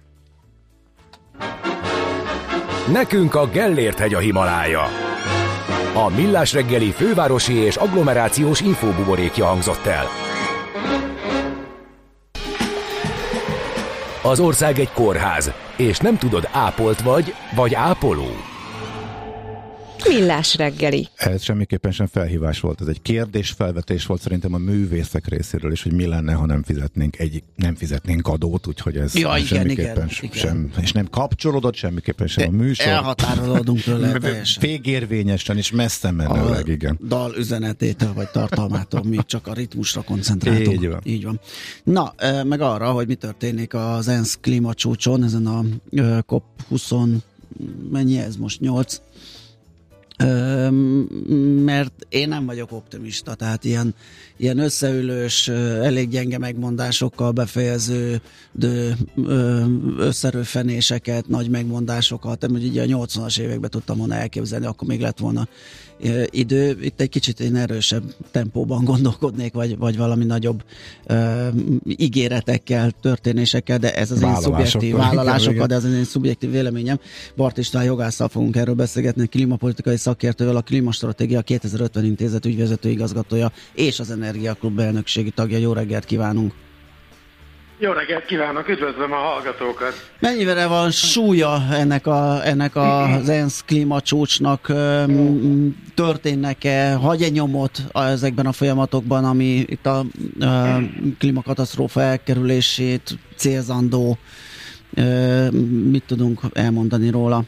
Nekünk a Gellért-hegy a Himalája. A Millás reggeli fővárosi és agglomerációs infóbuborékja hangzott el. Az ország egy kórház, és nem tudod, ápolt vagy, vagy ápoló. Millás reggeli. Ez semmiképpen sem felhívás volt, ez egy kérdésfelvetés volt szerintem a művészek részéről is, hogy mi lenne, ha nem fizetnénk egy, nem fizetnénk adót, úgyhogy ez ja, igen, semmiképpen igen, sem, igen. és nem kapcsolódott semmiképpen sem de a műsor. Elhatárolódunk tőle teljesen. Végérvényesen és messze menőleg, igen. Dal üzenetétől vagy tartalmától mi csak a ritmusra koncentráltunk. Így van. Így van. Na, meg arra, hogy mi történik az ENSZ klímacsúcson, ezen a kop húsz, mennyi ez most, nyolc Ö, mert én nem vagyok optimista, tehát ilyen, ilyen összeülős, elég gyenge megmondásokkal befejező de, összerőfenéseket, nagy megmondásokat, hogy így a nyolcvanas években tudtam volna elképzelni, akkor még lett volna idő. Itt egy kicsit én erősebb tempóban gondolkodnék, vagy, vagy valami nagyobb uh, ígéretekkel, történésekkel, de ez az én szubjektív vállalásokkal, de ez az én szubjektív véleményem. Bart István jogásszal fogunk erről beszélgetni, klímapolitikai szakértővel, a Klímastratégia kétezer-ötven intézet ügyvezető igazgatója és az Energiaklub elnökségi tagja. Jó reggelt kívánunk! Jó reggelt kívánok, üdvözlöm a hallgatókat! Mennyire van súlya ennek, a, ennek az ENSZ klímacsúcsnak? Történnek-e, hagy-e nyomot ezekben a folyamatokban, ami itt a, a klímakatasztrófa elkerülését célzandó? Mit tudunk elmondani róla?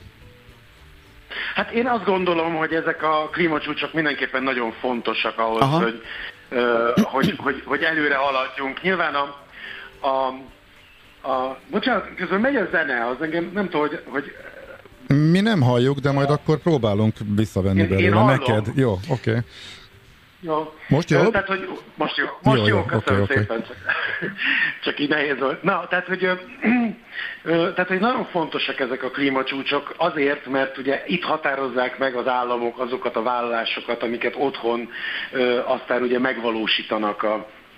Hát én azt gondolom, hogy ezek a klímacsúcsok mindenképpen nagyon fontosak ahhoz, hogy, uh, hogy, hogy, hogy előre haladjunk. Nyilván a A, a, bocsánat, közben megy a zene, az engem nem tudom, hogy, hogy... Mi nem halljuk, de majd akkor próbálunk visszavenni én, belőle én neked. Jó, oké. Okay. Jó. Most jó? Tehát, hogy most jó, most jó, jó, jó köszönöm okay, szépen, okay. Csak, csak így nehéz volt. Na, tehát hogy, tehát, hogy nagyon fontosak ezek a klímacsúcsok azért, mert ugye itt határozzák meg az államok azokat a vállalásokat, amiket otthon aztán ugye megvalósítanak a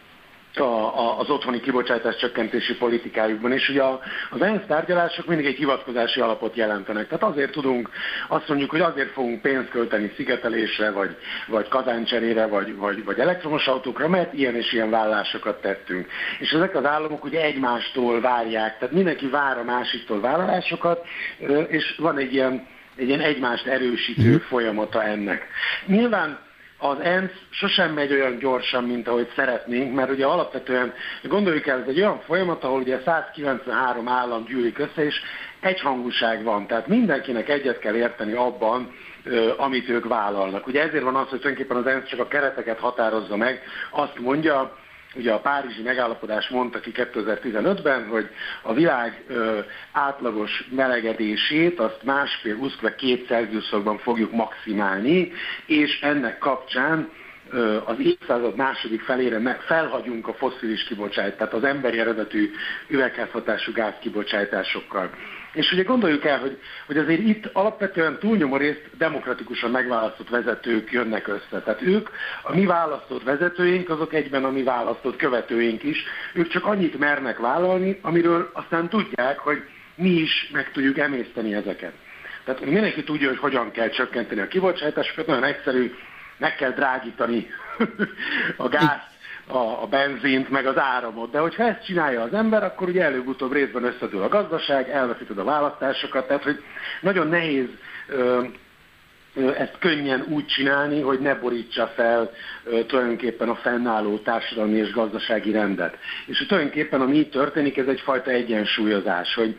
A, a, az otthoni kibocsátás csökkentési politikájukban, és ugye az ENSZ tárgyalások mindig egy hivatkozási alapot jelentenek. Tehát azért tudunk, azt mondjuk, hogy azért fogunk pénzt költeni szigetelésre, vagy, vagy kazáncserére, vagy, vagy, vagy elektromos autókra, mert ilyen és ilyen vállalásokat tettünk. És ezek az államok ugye egymástól várják, tehát mindenki vár a másiktól vállalásokat, és van egy ilyen, egy ilyen egymást erősítő folyamata ennek. Nyilván az ENSZ sosem megy olyan gyorsan, mint ahogy szeretnénk, mert ugye alapvetően, gondoljuk el, ez egy olyan folyamat, ahol ugye százkilencvenhárom állam gyűlik össze, és egyhangúság van. Tehát mindenkinek egyet kell érteni abban, amit ők vállalnak. Ugye ezért van az, hogy tulajdonképpen az ENSZ csak a kereteket határozza meg, azt mondja, ugye a párizsi megállapodás mondta ki kétezer-tizenötben, hogy a világ ö, átlagos melegedését azt másfél, huszonkettő két Celsiusokban fogjuk maximálni, és ennek kapcsán ö, az évszázad második felére meg felhagyunk a fosszilis kibocsátást, tehát az emberi eredetű üvegházhatású gázkibocsátásokkal. És ugye gondoljuk el, hogy, hogy azért itt alapvetően túlnyomó részt demokratikusan megválasztott vezetők jönnek össze. Tehát ők, a mi választott vezetőink, azok egyben a mi választott követőink is. Ők csak annyit mernek vállalni, amiről aztán tudják, hogy mi is meg tudjuk emészteni ezeket. Tehát mindenki tudja, hogy hogyan kell csökkenteni a kibocsátásokat, nagyon egyszerű, meg kell drágítani a gázt, a, a benzint, meg az áramot. De hogyha ezt csinálja az ember, akkor ugye előbb-utóbb részben összedől a gazdaság, elveszíted a választásokat, tehát hogy nagyon nehéz ö, ö, ezt könnyen úgy csinálni, hogy ne borítsa fel ö, tulajdonképpen a fennálló társadalmi és gazdasági rendet. És tulajdonképpen ami itt történik, ez egyfajta egyensúlyozás, hogy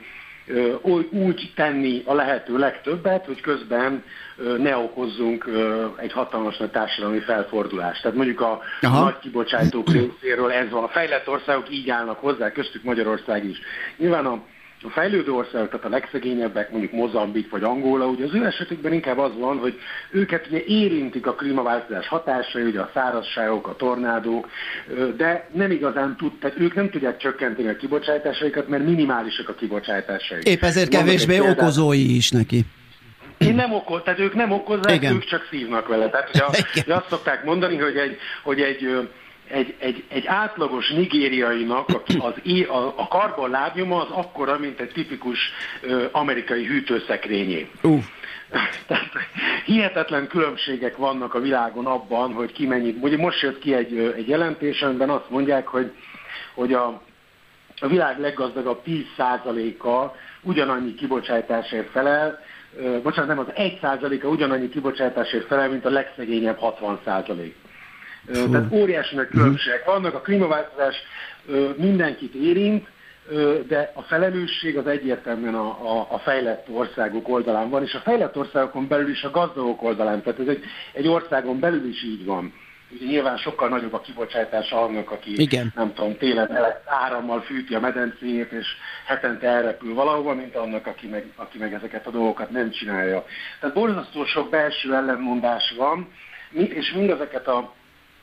úgy tenni a lehető legtöbbet, hogy közben ne okozzunk egy hatalmas nagy társadalmi felfordulást. Tehát mondjuk a Aha. nagy kibocsátók részéről ez van. A fejlett országok így állnak hozzá, köztük Magyarország is. Nyilván a A fejlődő országok, tehát a legszegényebbek, mondjuk Mozambik vagy Angola, ugye az ő esetükben inkább az van, hogy őket ugye érintik a klímaváltozás hatásai, ugye a szárazságok, a tornádók, de nem igazán tud, tehát ők nem tudják csökkenteni a kibocsátásaikat, mert minimálisak a kibocsátásaik. Épp ezért kevésbé okozói is neki. Én nem okoz, tehát ők nem okozzák, Igen. ők csak szívnak vele. Tehát ugye, ugye azt szokták mondani, hogy egy, hogy egy Egy, egy, egy átlagos nigériainak az, a, a karbonlábnyoma az akkora, mint egy tipikus ö, amerikai hűtőszekrényé. Uh. Tehát hihetetlen különbségek vannak a világon abban, hogy ki mennyit. Ugye most jött ki egy, egy jelentés, amiben azt mondják, hogy, hogy a, a világ leggazdagabb tíz százaléka ugyanannyi kibocsátásért felel, ö, bocsánat, nem, az egy százaléka ugyanannyi kibocsátásért felel, mint a legszegényebb hatvan százalék. Tehát óriási nagy különbségek vannak, a klímaváltozás mindenkit érint, de a felelősség az egyértelműen a, a, a fejlett országok oldalán van, és a fejlett országokon belül is a gazdagok oldalán, tehát ez egy, egy országon belül is így van. Ugye nyilván sokkal nagyobb a kibocsátása annak, aki Igen. nem tudom, télen árammal fűti a medencéjét, és hetente elrepül valahova, mint annak, aki meg, aki meg ezeket a dolgokat nem csinálja. Tehát borzasztó sok belső ellentmondás van, és mindezeket a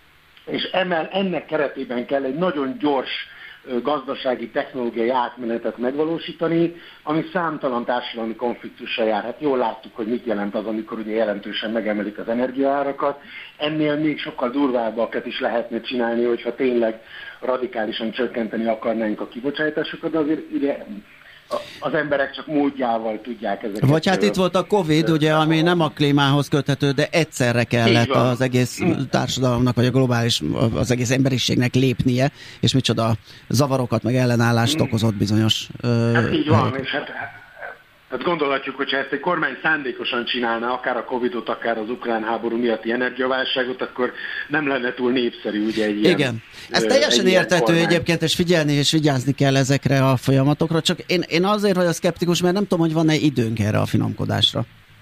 és emel, ennek keretében kell egy nagyon gyors gazdasági, technológiai átmenetet megvalósítani, ami számtalan társadalmi konfliktussal jár. Hát jól láttuk, hogy mit jelent az, amikor ugye jelentősen megemelik az energiaárakat. Ennél még sokkal durvábbakat is lehetne csinálni, hogyha tényleg radikálisan csökkenteni akarnánk a kibocsátásokat, de azért ugye az emberek csak módjával tudják ezeket. Vagy hát itt volt a Covid, ugye, ami nem a klímához köthető, de egyszerre kellett az egész társadalomnak, vagy a globális, az egész emberiségnek lépnie, és micsoda zavarokat, meg ellenállást okozott bizonyos... Hát így van, és hát, hát gondolhatjuk, hogyha ezt egy kormány szándékosan csinálna, akár a Covidot, akár az ukrán háború miatti energiaválságot, akkor nem lenne túl népszerű, ugye egy ilyen... Igen, ez teljesen érthető egyébként, és figyelni és vigyázni kell ezekre a folyamatokra, csak én, én azért vagyok szkeptikus, mert nem tudom, hogy van-e időnk erre a finomkodásra.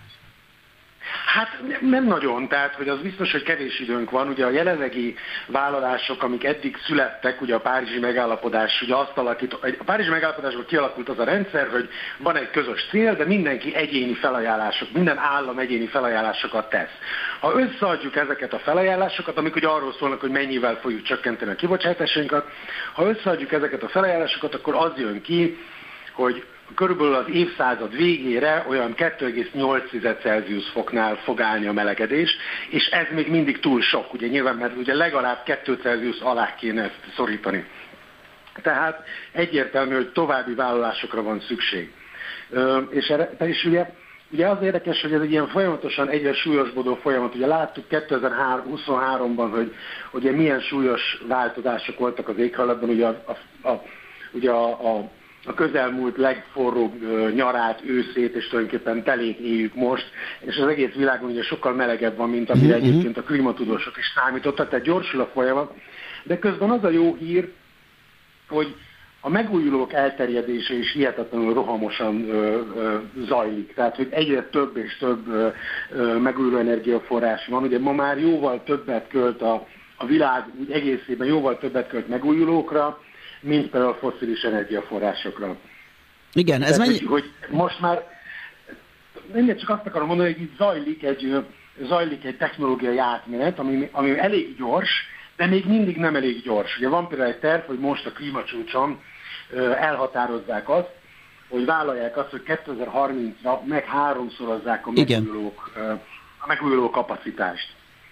Hát nem nagyon, tehát hogy az biztos, hogy kevés időnk van. Ugye a jelenlegi vállalások, amik eddig születtek, ugye a párizsi megállapodás, ugye azt alakít, a párizsi megállapodásban kialakult az a rendszer, hogy van egy közös cél, de mindenki egyéni felajánlások, minden állam egyéni felajánlásokat tesz. Ha összeadjuk ezeket a felajánlásokat, amik ugye arról szólnak, hogy mennyivel fogjuk csökkenteni a kibocsátásainkat, ha összeadjuk ezeket a felajánlásokat, akkor az jön ki, hogy körülbelül az évszázad végére olyan kettő egész nyolc Celsius foknál fog állni a melegedés, és ez még mindig túl sok, ugye nyilván, mert ugye legalább kettő Celsius alá kéne ezt szorítani. Tehát egyértelmű, hogy további vállalásokra van szükség. És, erre, és ugye, ugye az érdekes, hogy ez egy ilyen folyamatosan egyre súlyosbodó folyamat. Ugye láttuk kétezer-huszonháromban, hogy ugye milyen súlyos változások voltak az éghajlatban, ugye a, a, a, ugye a, a a közelmúlt legforróbb nyarát, őszét, és tulajdonképpen telét éljük most, és az egész világon ugye sokkal melegebb van, mint amire mm-hmm. egyébként a klímatudósok is számítottak, tehát gyorsul a folyamat. De közben az a jó hír, hogy a megújulók elterjedése is hihetetlenül rohamosan ö, ö, zajlik. Tehát, hogy egyre több és több ö, ö, megújuló energiaforrás van. Ugye ma már jóval többet költ a, a világ úgy egészében, jóval többet költ megújulókra, mint például a fosszilis energiaforrásokra. Igen, ez Tehát, mennyi... hogy, hogy most már, mindjárt csak azt akarom mondani, hogy itt zajlik egy, zajlik egy technológiai átmenet, ami, ami elég gyors, de még mindig nem elég gyors. Ugye van például egy terv, hogy most a klímacsúcson elhatározzák azt, hogy vállalják azt, hogy kétezer-harmincra meg háromszorozzák a megújulók, a megújuló kapacitást.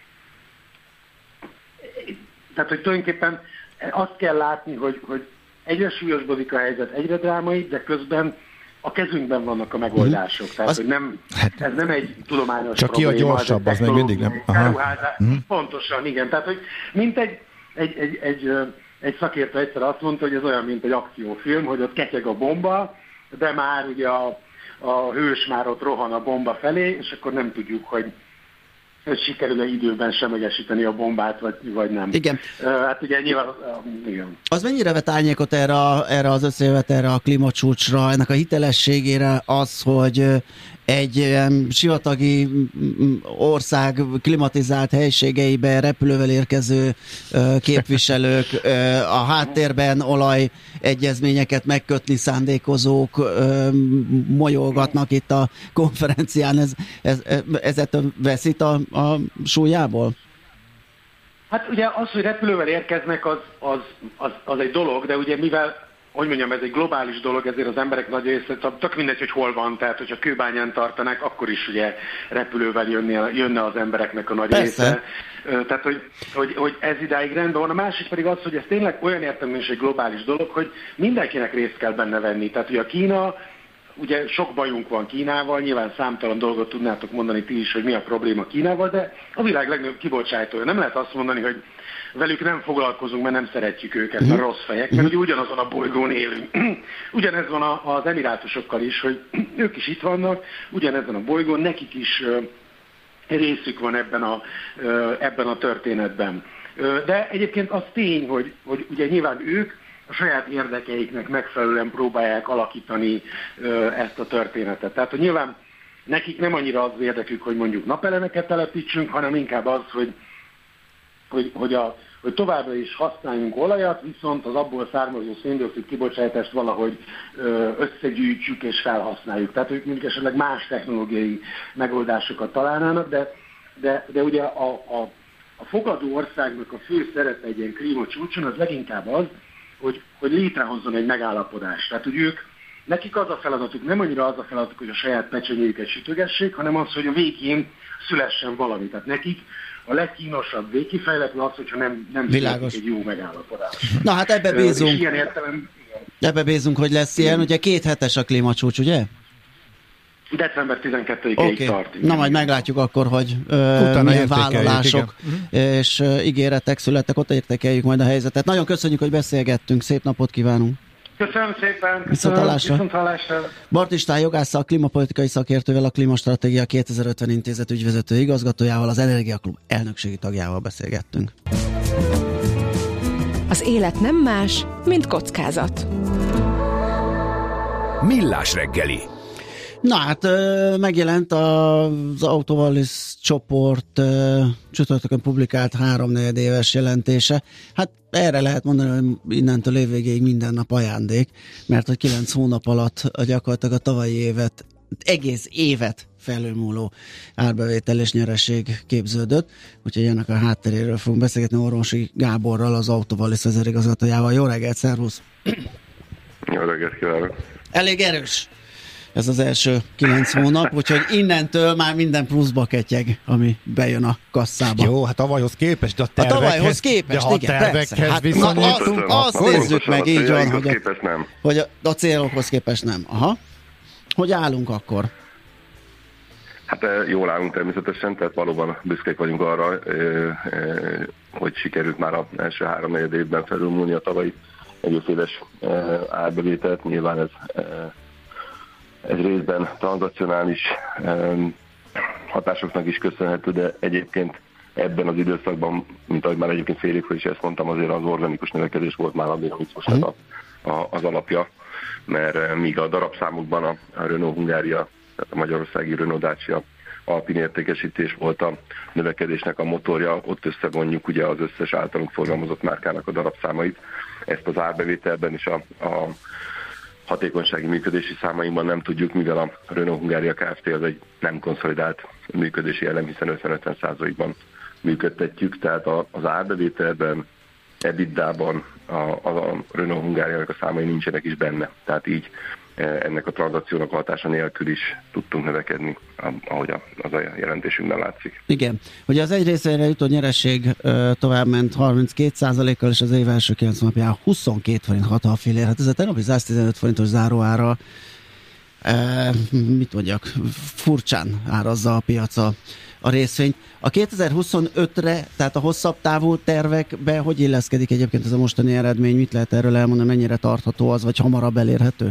Tehát, hogy tulajdonképpen azt kell látni, hogy, hogy egyre súlyosbodik a helyzet, egyre drámai, de közben a kezünkben vannak a megoldások. Tehát, az, hogy nem, ez nem egy tudományos csak probléma. Csak ki a gyorsabb, az még mindig nem. Uh-huh. Pontosan, igen. Tehát, hogy mint egy, egy, egy, egy, egy szakértő egyszer azt mondta, hogy ez olyan, mint egy akciófilm, hogy ott ketyeg a bomba, de már ugye a, a hős már ott rohan a bomba felé, és akkor nem tudjuk, hogy hogy sikerül-e időben semlegesíteni a bombát, vagy, vagy nem. Igen. Uh, hát ugye nyilván... Uh, igen. Az mennyire vet árnyékot erre, a, erre az összejövet, erre a klímacsúcsra, ennek a hitelességére az, hogy egy um, sivatagi ország klimatizált helységeibe repülővel érkező uh, képviselők, uh, a háttérben olajegyezményeket megkötni szándékozók uh, molyolgatnak itt a konferencián. Ez, ez, ez ettől veszít a, a súlyából? Hát ugye az, hogy repülővel érkeznek, az, az, az, az egy dolog, de ugye mivel hogy mondjam, ez egy globális dolog, ezért az emberek nagy része, tök mindegy, hogy hol van, tehát hogyha Kőbányán tartanák, akkor is ugye repülővel jönne, jönne az embereknek a nagy Persze. része. Tehát, hogy, hogy, hogy ez idáig rendben van. A másik pedig az, hogy ez tényleg olyan értelemben is egy globális dolog, hogy mindenkinek részt kell benne venni. Tehát, hogy a Kína, ugye sok bajunk van Kínával, nyilván számtalan dolgot tudnátok mondani ti is, hogy mi a probléma Kínával, de a világ legnagyobb kibocsátója. Nem lehet azt mondani, hogy velük nem foglalkozunk, mert nem szeretjük őket, mert rossz fejek, mert ugye ugyanazon a bolygón élünk. Ugyanez van az emirátusokkal is, hogy ők is itt vannak, ugyanezen a bolygón, nekik is részük van ebben a, ebben a történetben. De egyébként az tény, hogy, hogy ugye nyilván ők a saját érdekeiknek megfelelően próbálják alakítani ezt a történetet. Tehát, hogy nyilván nekik nem annyira az érdekük, hogy mondjuk napelemeket telepítsünk, hanem inkább az, hogy Hogy, hogy, a, hogy továbbra is használjunk olajat, viszont az abból származó széndioxid kibocsátást valahogy ö, összegyűjtsük és felhasználjuk. Tehát ők mondjuk esetleg más technológiai megoldásokat találnának, de, de, de ugye a, a, a fogadó országnak a fő szerepe egy ilyen klímacsúcson az leginkább az, hogy, hogy létrehozzon egy megállapodást. Tehát, hogy ők, nekik az a feladatuk, nem annyira az a feladatuk, hogy a saját pecsenyéjüket sütögessék, hanem az, hogy a végén szülessen valami. Tehát nekik a legkínosabb végkifejletlen az, hogyha nem, nem születik egy jó megállapodás. Na hát ebbe bízunk. És ilyen értelem, ebbe bízunk, hogy lesz ilyen. Ugye két hetes a klímacsúcs, ugye? december tizenkettedikéig okay. tart. Na majd meglátjuk akkor, hogy ö, milyen vállalások igen. és ö, ígéretek születtek, ott értékeljük majd a helyzetet. Nagyon köszönjük, hogy beszélgettünk, szép napot kívánunk! Köszönöm szépen! Viszonthallásra! Bart István jogásszal, klímapolitikai szakértővel, a Klímastratégia kétezer-ötven intézet ügyvezető igazgatójával, az Energiaklub elnökségi tagjával beszélgettünk. Az élet nem más, mint kockázat. Millás reggeli. Na hát megjelent az Autovalis csoport csütörtökön publikált háromnegyed éves jelentése. Hát erre lehet mondani, hogy innentől évvégéig minden nap ajándék, mert hogy kilenc hónap alatt gyakorlatilag a tavalyi évet, egész évet felülmúló árbevétel és nyereség képződött. Úgyhogy ennek a hátteréről fogunk beszélgetni Orvosi Gáborral, az Autovalis vezérigazgatójával. Jó reggelt, szervusz! Jó reggelt kívánok! elég erős ez az első kilenc hónap, úgyhogy innentől már minden pluszba ketyeg, ami bejön a kasszába. Jó, hát tavalyhoz képest, de a tervekhez, a tavalyhoz képest, de igen, tervekhez hát, viszonyítunk. Azt, azt nézzük meg, így van, hogy a, nem. hogy a, a célokhoz képest nem. Aha. Hogy állunk akkor? Hát jól állunk természetesen, tehát valóban büszkék vagyunk arra, hogy sikerült már az első három negyed évben felülmúlni a tavalyi egész éves árbevételt. Nyilván ez, ez részben tranzakcionális hatásoknak is köszönhető, de egyébként ebben az időszakban, mint ahogy már egyébként fél évvel is ezt mondtam, azért az organikus növekedés volt már addig, amit most a, a, az alapja, mert míg a darabszámokban a, a Renault Hungária, tehát a magyarországi Renault Dacia alpin értékesítés volt a növekedésnek a motorja, ott összevonjuk ugye az összes általunk forgalmazott márkának a darabszámait. Ezt az árbevételben és a, a hatékonysági működési számainkban nem tudjuk, mivel a Renault Hungária Kft. Az egy nem konszolidált működési elem, hiszen ötven-ötven százalékban működtetjük, tehát az árbevételben, EBITDA-ban a, a Renault Hungáriának a számai nincsenek is benne, tehát így ennek a tranzakciónak a hatása nélkül is tudtunk növekedni, ahogy az a jelentésünkben látszik. Igen. Ugye az egy részére jutó nyereség tovább ment harminckét százalékkal, és az év első kilenc napján huszonkét forint hatvan fillér. Hát ez a tegnapi száztizenöt forintos záróára, e, mit mondjak, furcsán árazza a piaca a részvényt. A kétezer-huszonötre, tehát a hosszabb távú tervekbe hogy illeszkedik egyébként ez a mostani eredmény? Mit lehet erről elmondani, mennyire tartható az, vagy hamarabb elérhető?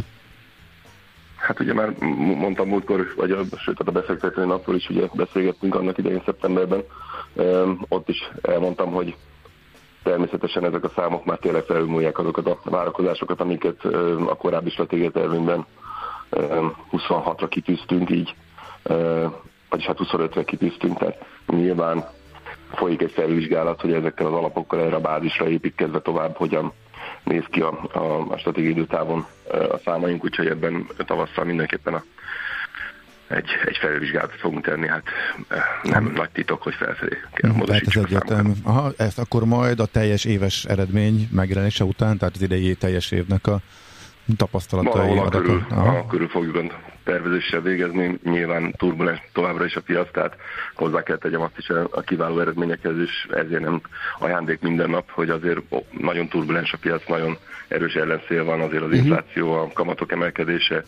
Hát ugye már mondtam múltkor, vagy a, sőt a beszélgető napról is ugye beszélgettünk annak idején szeptemberben. Üm, ott is elmondtam, hogy természetesen ezek a számok már tényleg felülmúlják azokat a várakozásokat, amiket üm, a korábbi stratégiai tervünkben üm, huszonhatra kitűztünk így, üm, vagyis hát huszonötre kitűztünk, tehát nyilván folyik egy felvizsgálat, hogy ezekkel az alapokkal erre a bázisra építkezve tovább hogyan néz ki a, a, a stratégiai időtávon a számaink, úgyhogy ebben tavasszal mindenképpen a, egy, egy felvizsgálatot fogunk tenni, hát nem hmm. nagy titok, hogy felfelé kell módosítsuk a számokat. Aha, ezt akkor majd a teljes éves eredmény megjelenése után, tehát az idei teljes évnek a tapasztalatai. Valahol körül, a körül fogjuk a tervezéssel végezni, nyilván turbulens továbbra is a piac, tehát hozzá kell tegyem azt is a kiváló eredményekhez, és ezért nem ajándék minden nap, hogy azért nagyon turbulens a piac, nagyon erős ellenszél van, azért az uh-huh. infláció, a kamatok emelkedése,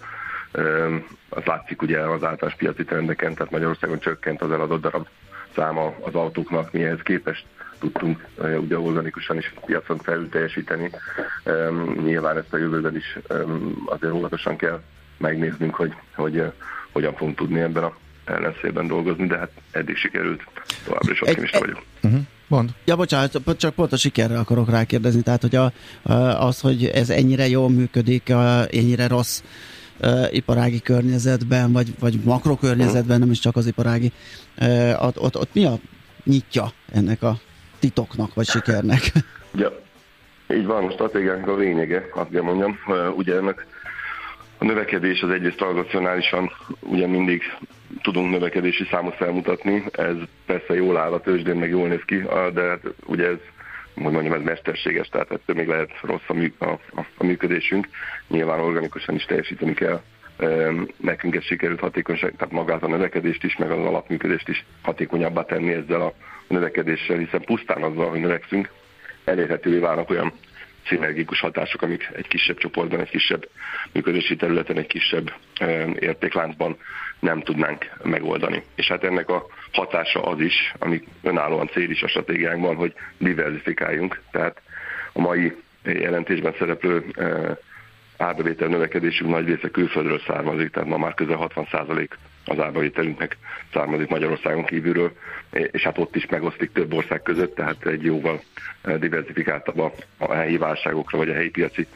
az látszik ugye az általános piaci trendeken, tehát Magyarországon csökkent az eladott darab száma az autóknak, mihez képest tudtunk ugye organikusan is piacon felül teljesíteni. Nyilván ezt a jövőben is azért óvatosan kell megnéznünk, hogy, hogy hogyan fogunk tudni ebben a ellenszélben dolgozni, de hát eddig sikerült, továbbra is optimista vagyok. Uh-huh. Mond. Ja, bocsánat, csak pont a sikerre akarok rákérdezni, tehát hogy a, az, hogy ez ennyire jól működik, ennyire rossz Uh, iparági környezetben, vagy, vagy makrokörnyezetben, nem is csak az iparági, uh, ott, ott, ott mi a nyitja ennek a titoknak, vagy sikernek? Ja, így van, a stratégiának a lényege, azt kell mondjam. Uh, ugye ennek a növekedés az egyrészt tranzakcionálisan, ugye mindig tudunk növekedési számot felmutatni, ez persze jól áll a tőzsdén, meg jól néz ki, de hát ugye ez hogy mondjam, ez mesterséges, tehát ettől még lehet rossz a, mű, a, a, a működésünk. Nyilván organikusan is teljesíteni kell. Nekünk ez sikerült hatékonyság, tehát magát a növekedést is, meg az alapműködést is hatékonyabbá tenni ezzel a növekedéssel, hiszen pusztán azzal, hogy növekszünk, elérhetővé válnak olyan szinergikus hatások, amik egy kisebb csoportban, egy kisebb működési területen, egy kisebb értékláncban nem tudnánk megoldani. És hát ennek a hatása az is, ami önállóan cél is a stratégiánkban, hogy diversifikáljunk. Tehát a mai jelentésben szereplő árbevétel növekedésünk nagy része külföldről származik, tehát ma már közel hatvan százalék az árbevételünknek származik Magyarországon kívülről, és hát ott is megosztik több ország között, tehát egy jóval diversifikáltabb a, a helyi válságokra, vagy a helyi piaci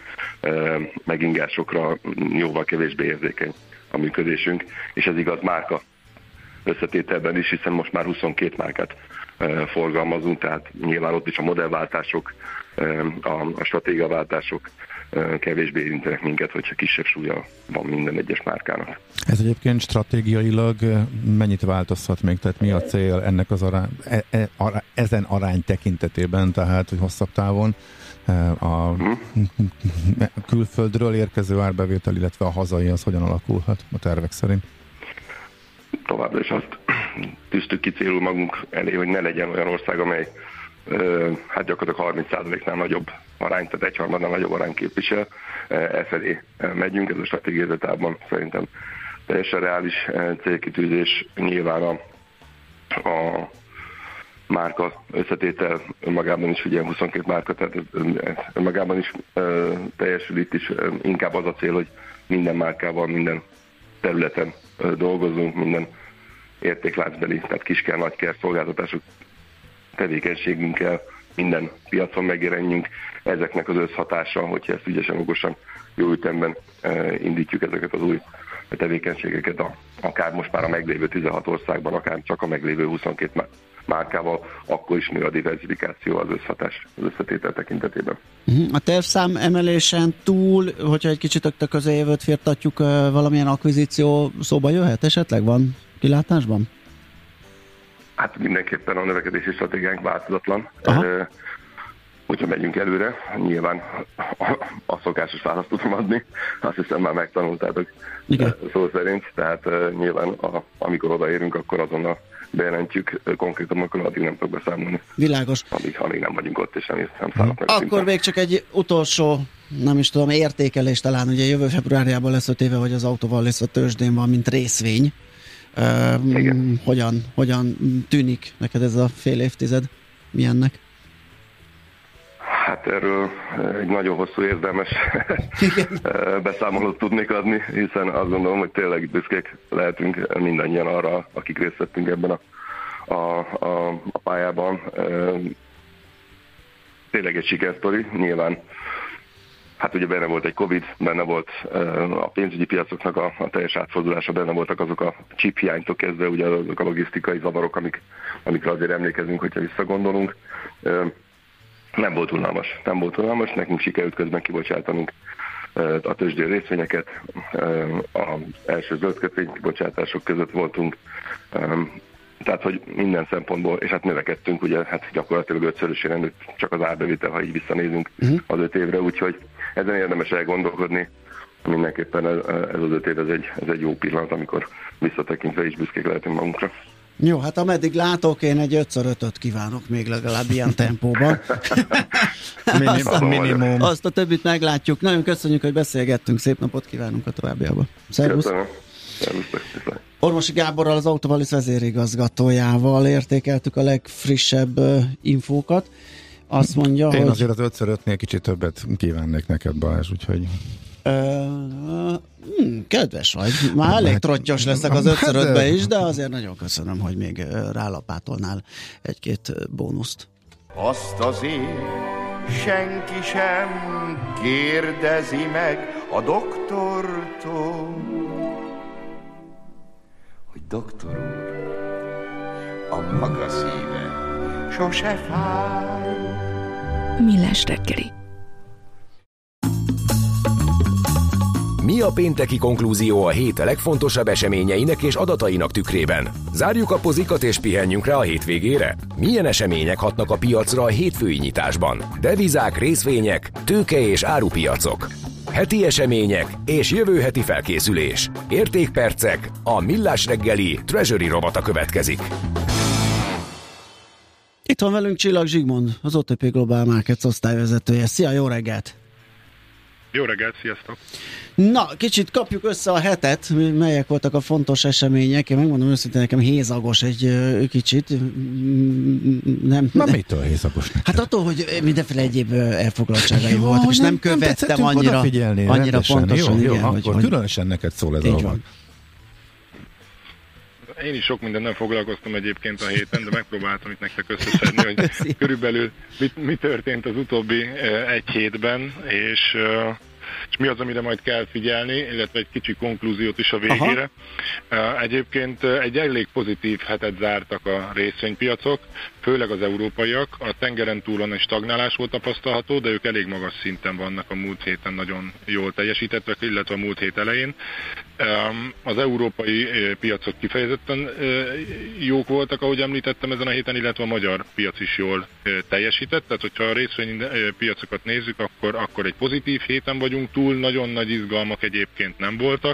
megingásokra jóval kevésbé érzékeny a működésünk, és ez igaz márka összetételben is, hiszen most már huszonkét márkát forgalmazunk, tehát nyilván ott is a modellváltások, a, a stratégiaváltások kevésbé érintenek minket, hogyha kisebb súlya van minden egyes márkának. Ez egyébként stratégiailag mennyit változhat még? Tehát mi a cél ennek az arány, e, e, ará, ezen arány tekintetében, tehát hogy hosszabb távon a külföldről érkező árbevétel, illetve a hazai, az hogyan alakulhat a tervek szerint? Továbbra is azt tűztük ki célul magunk elé, hogy ne legyen olyan ország, amely hát gyakorlatilag harminc százaléknál nagyobb arány, tehát egyharmadnál nagyobb arány képvisel. E felé megyünk, ez a stratégiai etapban szerintem teljesen reális célkitűzés. Nyilván a, a márka összetétel önmagában is, ugye huszonkét márka, tehát önmagában is ö, teljesül. Itt is ö, inkább az a cél, hogy minden márkával, minden területen ö, dolgozunk, minden értékláncbeli, tehát kisker, nagyker, szolgáltatások tevékenységünkkel minden piacon megjelenjünk. Ezeknek az összhatása, hogyha ezt ügyesen, okosan, jó ütemben ö, indítjuk ezeket az új tevékenységeket, a, akár most már a meglévő tizenhat országban, akár csak a meglévő huszonkét márkával, akkor is nő a diversifikáció, az összhatás, az összetétel tekintetében. A tervszám emelésen túl, hogyha egy kicsit a közeljövőt firtatjuk, valamilyen akvizíció szóba jöhet esetleg? Van kilátásban? Hát mindenképpen a növekedési stratégiánk változatlan. E, hogyha megyünk előre, nyilván a, a szokásos választ tudom adni, azt hiszem már megtanultátok. Igen. Szó szerint, tehát uh, nyilván a, amikor odaérünk, akkor azonnal bejelentjük, konkrétan akkor addig nem tudok beszámolni. Világos. Amíg, amíg nem vagyunk ott, és nem, nem szállok meg. Akkor még csak egy utolsó, nem is tudom, értékelés talán, ugye jövő februárjában lesz öt éve, hogy az autóval lesz a tőzsdén van, mint részvény. Uh, Igen. Hogyan, hogyan tűnik neked ez a fél évtized? Milyennek? Hát erről egy nagyon hosszú érdemes beszámolót tudnék adni, hiszen azt gondolom, hogy tényleg büszkék lehetünk mindannyian arra, akik részt vettünk ebben a, a, a, a pályában. Tényleg egy sikersztori, nyilván. Hát ugye benne volt egy Covid, benne volt a pénzügyi piacoknak a, a teljes átfordulása, benne voltak azok a chip hiánytól kezdve, ugye azok a logisztikai zavarok, amik, amikre azért emlékezünk, hogyha visszagondolunk. Nem volt unalmas, nem volt unalmas, nekünk sikerült közben kibocsátanunk a tőzsdei részvényeket, az első zöld kötvény kibocsátások között voltunk, tehát hogy minden szempontból, és hát növekedtünk, ugye hát gyakorlatilag ötszörösére nőtt csak az árbevétel, ha így visszanézünk uh-huh. az öt évre, úgyhogy ezen érdemes elgondolkodni, mindenképpen ez, ez az öt év, ez egy, ez egy jó pillanat, amikor visszatekintve is büszkék lehetünk magunkra. Jó, hát ameddig látok, én egy ötször ötöt kívánok még legalább ilyen tempóban. Minim, azt, a, minimum. azt a többit meglátjuk. Nagyon köszönjük, hogy beszélgettünk. Szép napot kívánunk a továbbiakban. Szervusz! Köszönöm. Szervusz. Orvosi Gáborral, az Autovalis vezérigazgatójával értékeltük a legfrissebb uh, infókat. Azt mondja, én hogy... azért az ötször ötnél kicsit többet kívánnék neked, Balázs, úgyhogy... Uh, hmm, kedves vagy. Már elég trottyos leszek az ötször ötbe is, de azért nagyon köszönöm, hogy még rálapátolnál egy-két bónuszt. Azt azért senki sem kérdezi meg a doktortól, hogy doktor úr, a maga szíve sose fáj. Millás reggeli. Mi a pénteki konklúzió a hét legfontosabb eseményeinek és adatainak tükrében? Zárjuk a pozikat és pihenjünk rá a hétvégére? Milyen események hatnak a piacra a hétfői nyitásban? Devizák, részvények, tőke és árupiacok. Heti események és jövő heti felkészülés. Értékpercek, a Millás reggeli Treasury rovata következik. Itt van velünk Csillag Zsigmond, az o té pé Global Markets osztályvezetője. Szia, jó reggelt! Jó reggelt, sziasztok! Na, kicsit kapjuk össze a hetet, melyek voltak a fontos események. Én megmondom őszintén, nekem hézagos egy ö, kicsit. Nem, Na, mitől hézagos neked? Hát attól, hogy mindenféle egyéb elfoglaltságai jó, voltak, és nem, nem követtem nem annyira, figyelni, annyira rendesen. pontosan. Jó, jó, igen, akkor hogy, különösen neked szól ez a rovat. Én is sok mindennel foglalkoztam egyébként a héten, de megpróbáltam itt nektek összeszedni, hogy körülbelül mi, mi történt az utóbbi egy hétben, és, és mi az, amire majd kell figyelni, illetve egy kicsi konklúziót is a végére. Aha. Egyébként egy elég pozitív hetet zártak a részvénypiacok, főleg az európaiak. A tengeren túlon egy stagnálás volt tapasztalható, de ők elég magas szinten vannak, a múlt héten nagyon jól teljesítettek, illetve a múlt hét elején. Az európai piacok kifejezetten jók voltak, ahogy említettem ezen a héten, illetve a magyar piac is jól teljesített. Tehát, hogyha a részvénypiacokat nézzük, akkor, akkor egy pozitív héten vagyunk, túl nagyon nagy izgalmak egyébként nem voltak,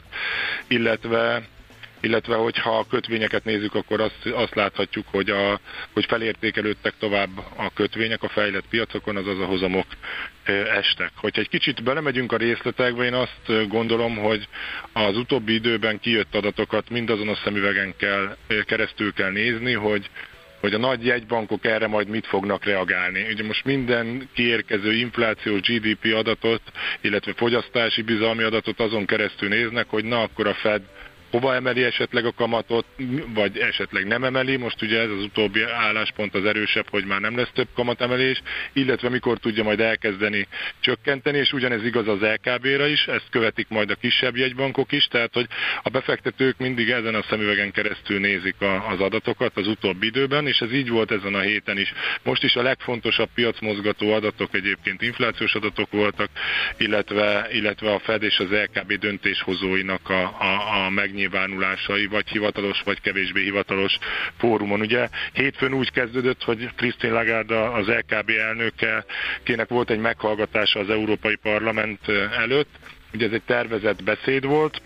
illetve illetve hogyha a kötvényeket nézzük, akkor azt, azt láthatjuk, hogy, a, hogy felértékelődtek tovább a kötvények a fejlett piacokon, azaz a hozamok estek. Hogyha egy kicsit belemegyünk a részletekbe, én azt gondolom, hogy az utóbbi időben kijött adatokat mindazon a szemüvegen kell, keresztül kell nézni, hogy hogy a nagy jegybankok erre majd mit fognak reagálni. Ugye most minden kiérkező inflációs gé dé pé adatot, illetve fogyasztási bizalmi adatot azon keresztül néznek, hogy na akkor a Fed hova emeli esetleg a kamatot, vagy esetleg nem emeli. Most ugye ez az utóbbi álláspont az erősebb, hogy már nem lesz több kamatemelés, illetve mikor tudja majd elkezdeni csökkenteni, és ugyanez igaz az el ká bé-ra is, ezt követik majd a kisebb jegybankok is, tehát hogy a befektetők mindig ezen a szemüvegen keresztül nézik a, az adatokat az utóbbi időben, és ez így volt ezen a héten is. Most is a legfontosabb piacmozgató adatok egyébként inflációs adatok voltak, illetve, illetve a Fed és az el ká bé döntéshozóinak a, a, a megnyilvánulásai, vagy hivatalos, vagy kevésbé hivatalos fórumon. Ugye hétfőn úgy kezdődött, hogy Christine Lagarde, az el ká bé elnöke, kinek volt egy meghallgatása az Európai Parlament előtt. Ugye ez egy tervezett beszéd volt,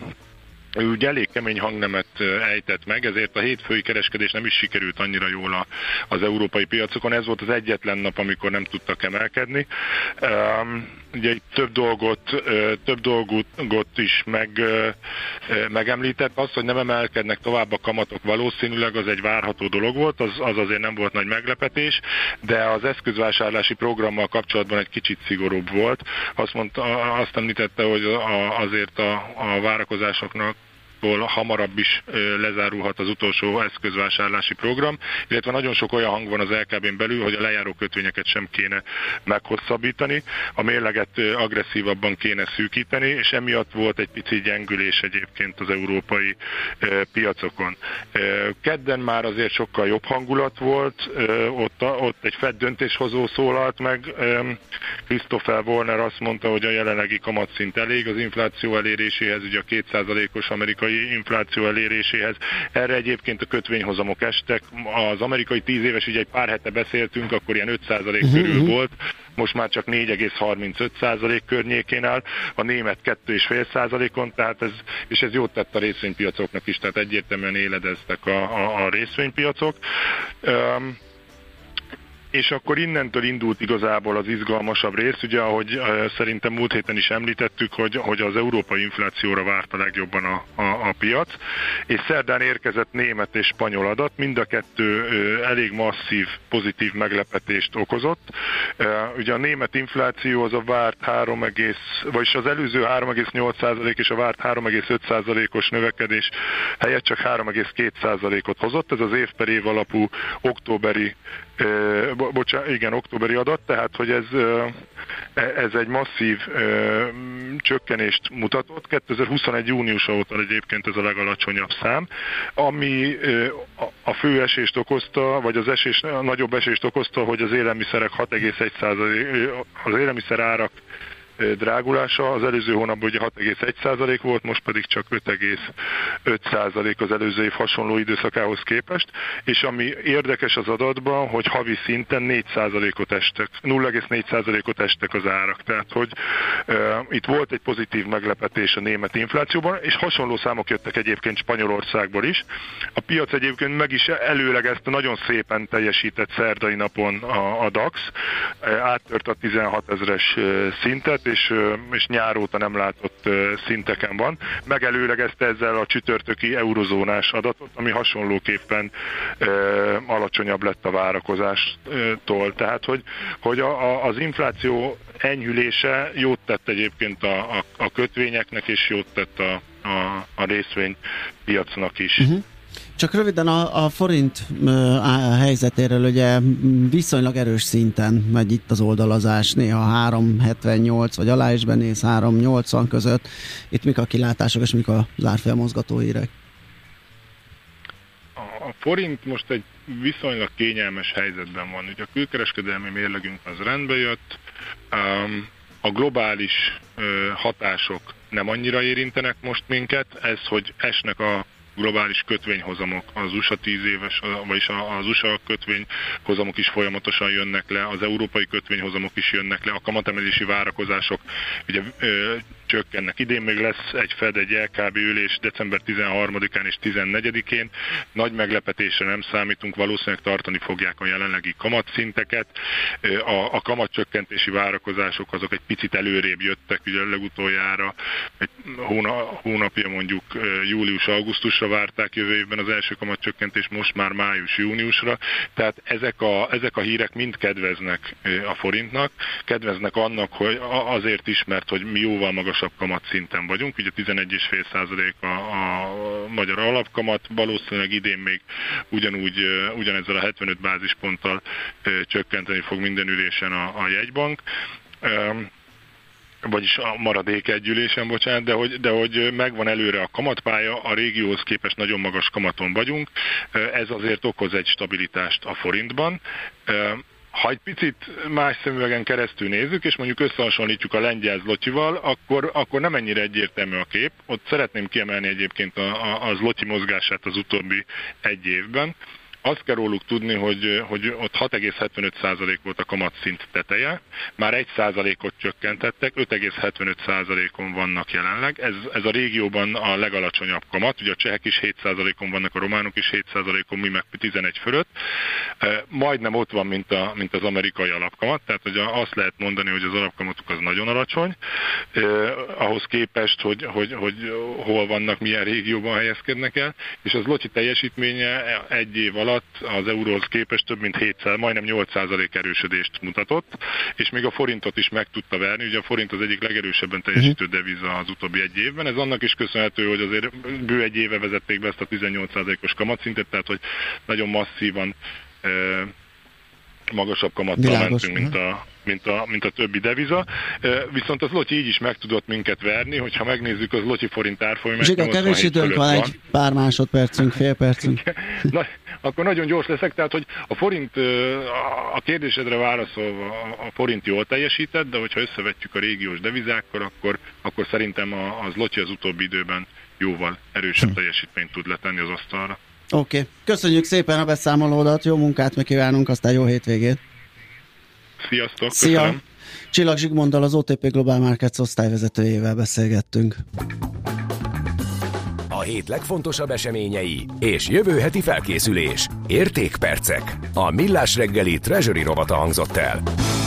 ő ugye elég kemény hangnemet ejtett meg, ezért a hétfői kereskedés nem is sikerült annyira jól a, az európai piacokon. Ez volt az egyetlen nap, amikor nem tudtak emelkedni. Um, ugye több dolgot, több dolgot is meg, megemlített. Az, hogy nem emelkednek tovább a kamatok, valószínűleg az egy várható dolog volt, az, az azért nem volt nagy meglepetés, de az eszközvásárlási programmal kapcsolatban egy kicsit szigorúbb volt. Azt, mondta, azt említette, hogy azért a, a várakozásoknak hamarabb is lezárulhat az utolsó eszközvásárlási program, illetve nagyon sok olyan hang van az el ká bén belül, hogy a lejáró kötvényeket sem kéne meghosszabbítani, a mérleget agresszívabban kéne szűkíteni, és emiatt volt egy pici gyengülés egyébként az európai piacokon. Kedden már azért sokkal jobb hangulat volt, ott, ott egy Fed döntéshozó szólalt meg, Christopher Warner azt mondta, hogy a jelenlegi kamatszint elég az infláció eléréséhez, ugye a két százalékos amerikai infláció eléréséhez. Erre egyébként a kötvényhozamok estek. Az amerikai tíz éves, ugye egy pár hete beszéltünk, akkor ilyen öt százalék uh-huh. körül volt, most már csak négy egész harmincöt százalék környékén áll, a német kettő egész öt százalékon, tehát ez, és ez jót tett a részvénypiacoknak is, tehát egyértelműen éledeztek a, a, a részvénypiacok. Um, És akkor innentől indult igazából az izgalmasabb rész, ugye ahogy uh, szerintem múlt héten is említettük, hogy, hogy az európai inflációra várt a legjobban a, a, a piac, és szerdán érkezett német és spanyol adat, mind a kettő uh, elég masszív, pozitív meglepetést okozott. Uh, ugye a német infláció az a várt három, vagyis az előző három egész nyolc százalék és a várt három egész öt százalékos növekedés helyett csak három egész két százalékot hozott, ez az év per év alapú októberi Uh, bo- bocsánat, igen, októberi adat, tehát hogy ez, uh, ez egy masszív uh, csökkenést mutatott. kétezer-huszonegy júniusa óta egyébként ez a legalacsonyabb szám, ami uh, a fő esést okozta, vagy az esés, a nagyobb esést okozta, hogy az élelmiszerek hat egész egy százalék, az élelmiszer árak drágulása, az előző hónapban ugye hat egész egy százalék volt, most pedig csak öt egész öt százalék az előző év hasonló időszakához képest, és ami érdekes az adatban, hogy havi szinten négy százalékot estek, nulla egész négy százalékot estek az árak, tehát hogy uh, itt volt egy pozitív meglepetés a német inflációban, és hasonló számok jöttek egyébként Spanyolországból is. A piac egyébként meg is előlegezte, nagyon szépen teljesített szerdai napon a, a DAX, áttört a tizenhatezres szintet, És, és nyár óta nem látott szinteken van. Megelőlegezte ezzel a csütörtöki eurozónás adatot, ami hasonlóképpen e, alacsonyabb lett a várakozástól. Tehát, hogy, hogy a, a, az infláció enyhülése jót tett egyébként a, a, a kötvényeknek, és jót tett a, a, a részvénypiacnak is. Uh-huh. Csak röviden a, a forint uh, helyzetéről, ugye viszonylag erős szinten megy itt az oldalazás, néha három hetvennyolc, vagy alá is benéz három nyolcvan között. Itt mik a kilátások, és mik az árfolyam mozgató hírek? a forint most egy viszonylag kényelmes helyzetben van. Ugye a külkereskedelmi mérlegünk az rendbe jött, a globális hatások nem annyira érintenek most minket, ez, hogy esnek a globális kötvényhozamok, az u es á tíz éves, vagyis az u es á kötvényhozamok is folyamatosan jönnek le, az európai kötvényhozamok is jönnek le, a kamatemelési várakozások ugye ö, csökkennek. Idén még lesz egy Fed, egy el ká bé ülés december tizenharmadikán és tizennegyedikén. Nagy meglepetésre nem számítunk, valószínűleg tartani fogják a jelenlegi kamatszinteket. A, a kamatcsökkentési várakozások azok egy picit előrébb jöttek, ugye legutoljára egy hóna, hónapja mondjuk július-augusztusra várták jövő évben az első kamatcsökkentés, most már május-júniusra. Tehát ezek a, ezek a hírek mind kedveznek a forintnak, kedveznek annak, hogy azért is, mert hogy mi jóval magasabb kamatszinten vagyunk, ugye tizenegy egész öt százalék a, a magyar alapkamat, valószínűleg idén még ugyanúgy, ugyanezzel a hetvenöt bázisponttal csökkenteni fog minden ülésen a, a jegybank. Vagyis a maradék egy ülésen, bocsánat, de hogy, de hogy megvan előre a kamatpálya, a régióhoz képest nagyon magas kamaton vagyunk, ez azért okoz egy stabilitást a forintban. Ha egy picit más szemüvegen keresztül nézzük, és mondjuk összehasonlítjuk a lengyel zlotyival, akkor, akkor nem ennyire egyértelmű a kép. Ott szeretném kiemelni egyébként a, a, a zlotyi mozgását az utóbbi egy évben. Azt kell róluk tudni, hogy, hogy ott hat egész hetvenöt százalék volt a kamatszint teteje, már egy százalékot csökkentettek, öt egész hetvenöt százalékon vannak jelenleg. Ez, ez a régióban a legalacsonyabb kamat, ugye a csehek is hét százalékon vannak, a románok is hét százalékon, mi meg tizenegy fölött. Majdnem ott van, mint, a, mint az amerikai alapkamat, tehát hogy azt lehet mondani, hogy az alapkamatuk az nagyon alacsony, eh, ahhoz képest, hogy, hogy, hogy hol vannak, milyen régióban helyezkednek el, és az zloty teljesítménye egy év alatt az euróhoz képest több mint hét százalék, majdnem nyolc százalék erősödést mutatott, és még a forintot is meg tudta verni. Ugye a forint az egyik legerősebben teljesítő deviza az utóbbi egy évben. Ez annak is köszönhető, hogy azért bő egy éve vezették be ezt a tizennyolc százalékos kamatszintet, tehát hogy nagyon masszívan eh, magasabb kamattal mentünk, mint a, mint, a, mint a többi deviza. Viszont az zloty így is meg tudott minket verni, hogyha megnézzük az zloty forint árfolyamát. Zsika, kevés időnk van, egy pár másodpercünk, fél percünk. Na, akkor nagyon gyors leszek, tehát hogy a forint, a kérdésedre válaszolva, a forint jól teljesített, de hogyha összevetjük a régiós devizákkal, akkor, akkor szerintem a, a zloty az utóbbi időben jóval erősebb teljesítményt tud letenni az asztalra. Oké, okay. Köszönjük szépen a beszámolódat, jó munkát meg kívánunk, aztán jó hétvégét. Sziasztok, Szia. Köszönöm. Csillag Zsigmonddal, az o té pé Global Markets osztályvezetőjével beszélgettünk. A hét legfontosabb eseményei és jövő heti felkészülés. Értékpercek. A Millás reggeli Treasury rovata hangzott el.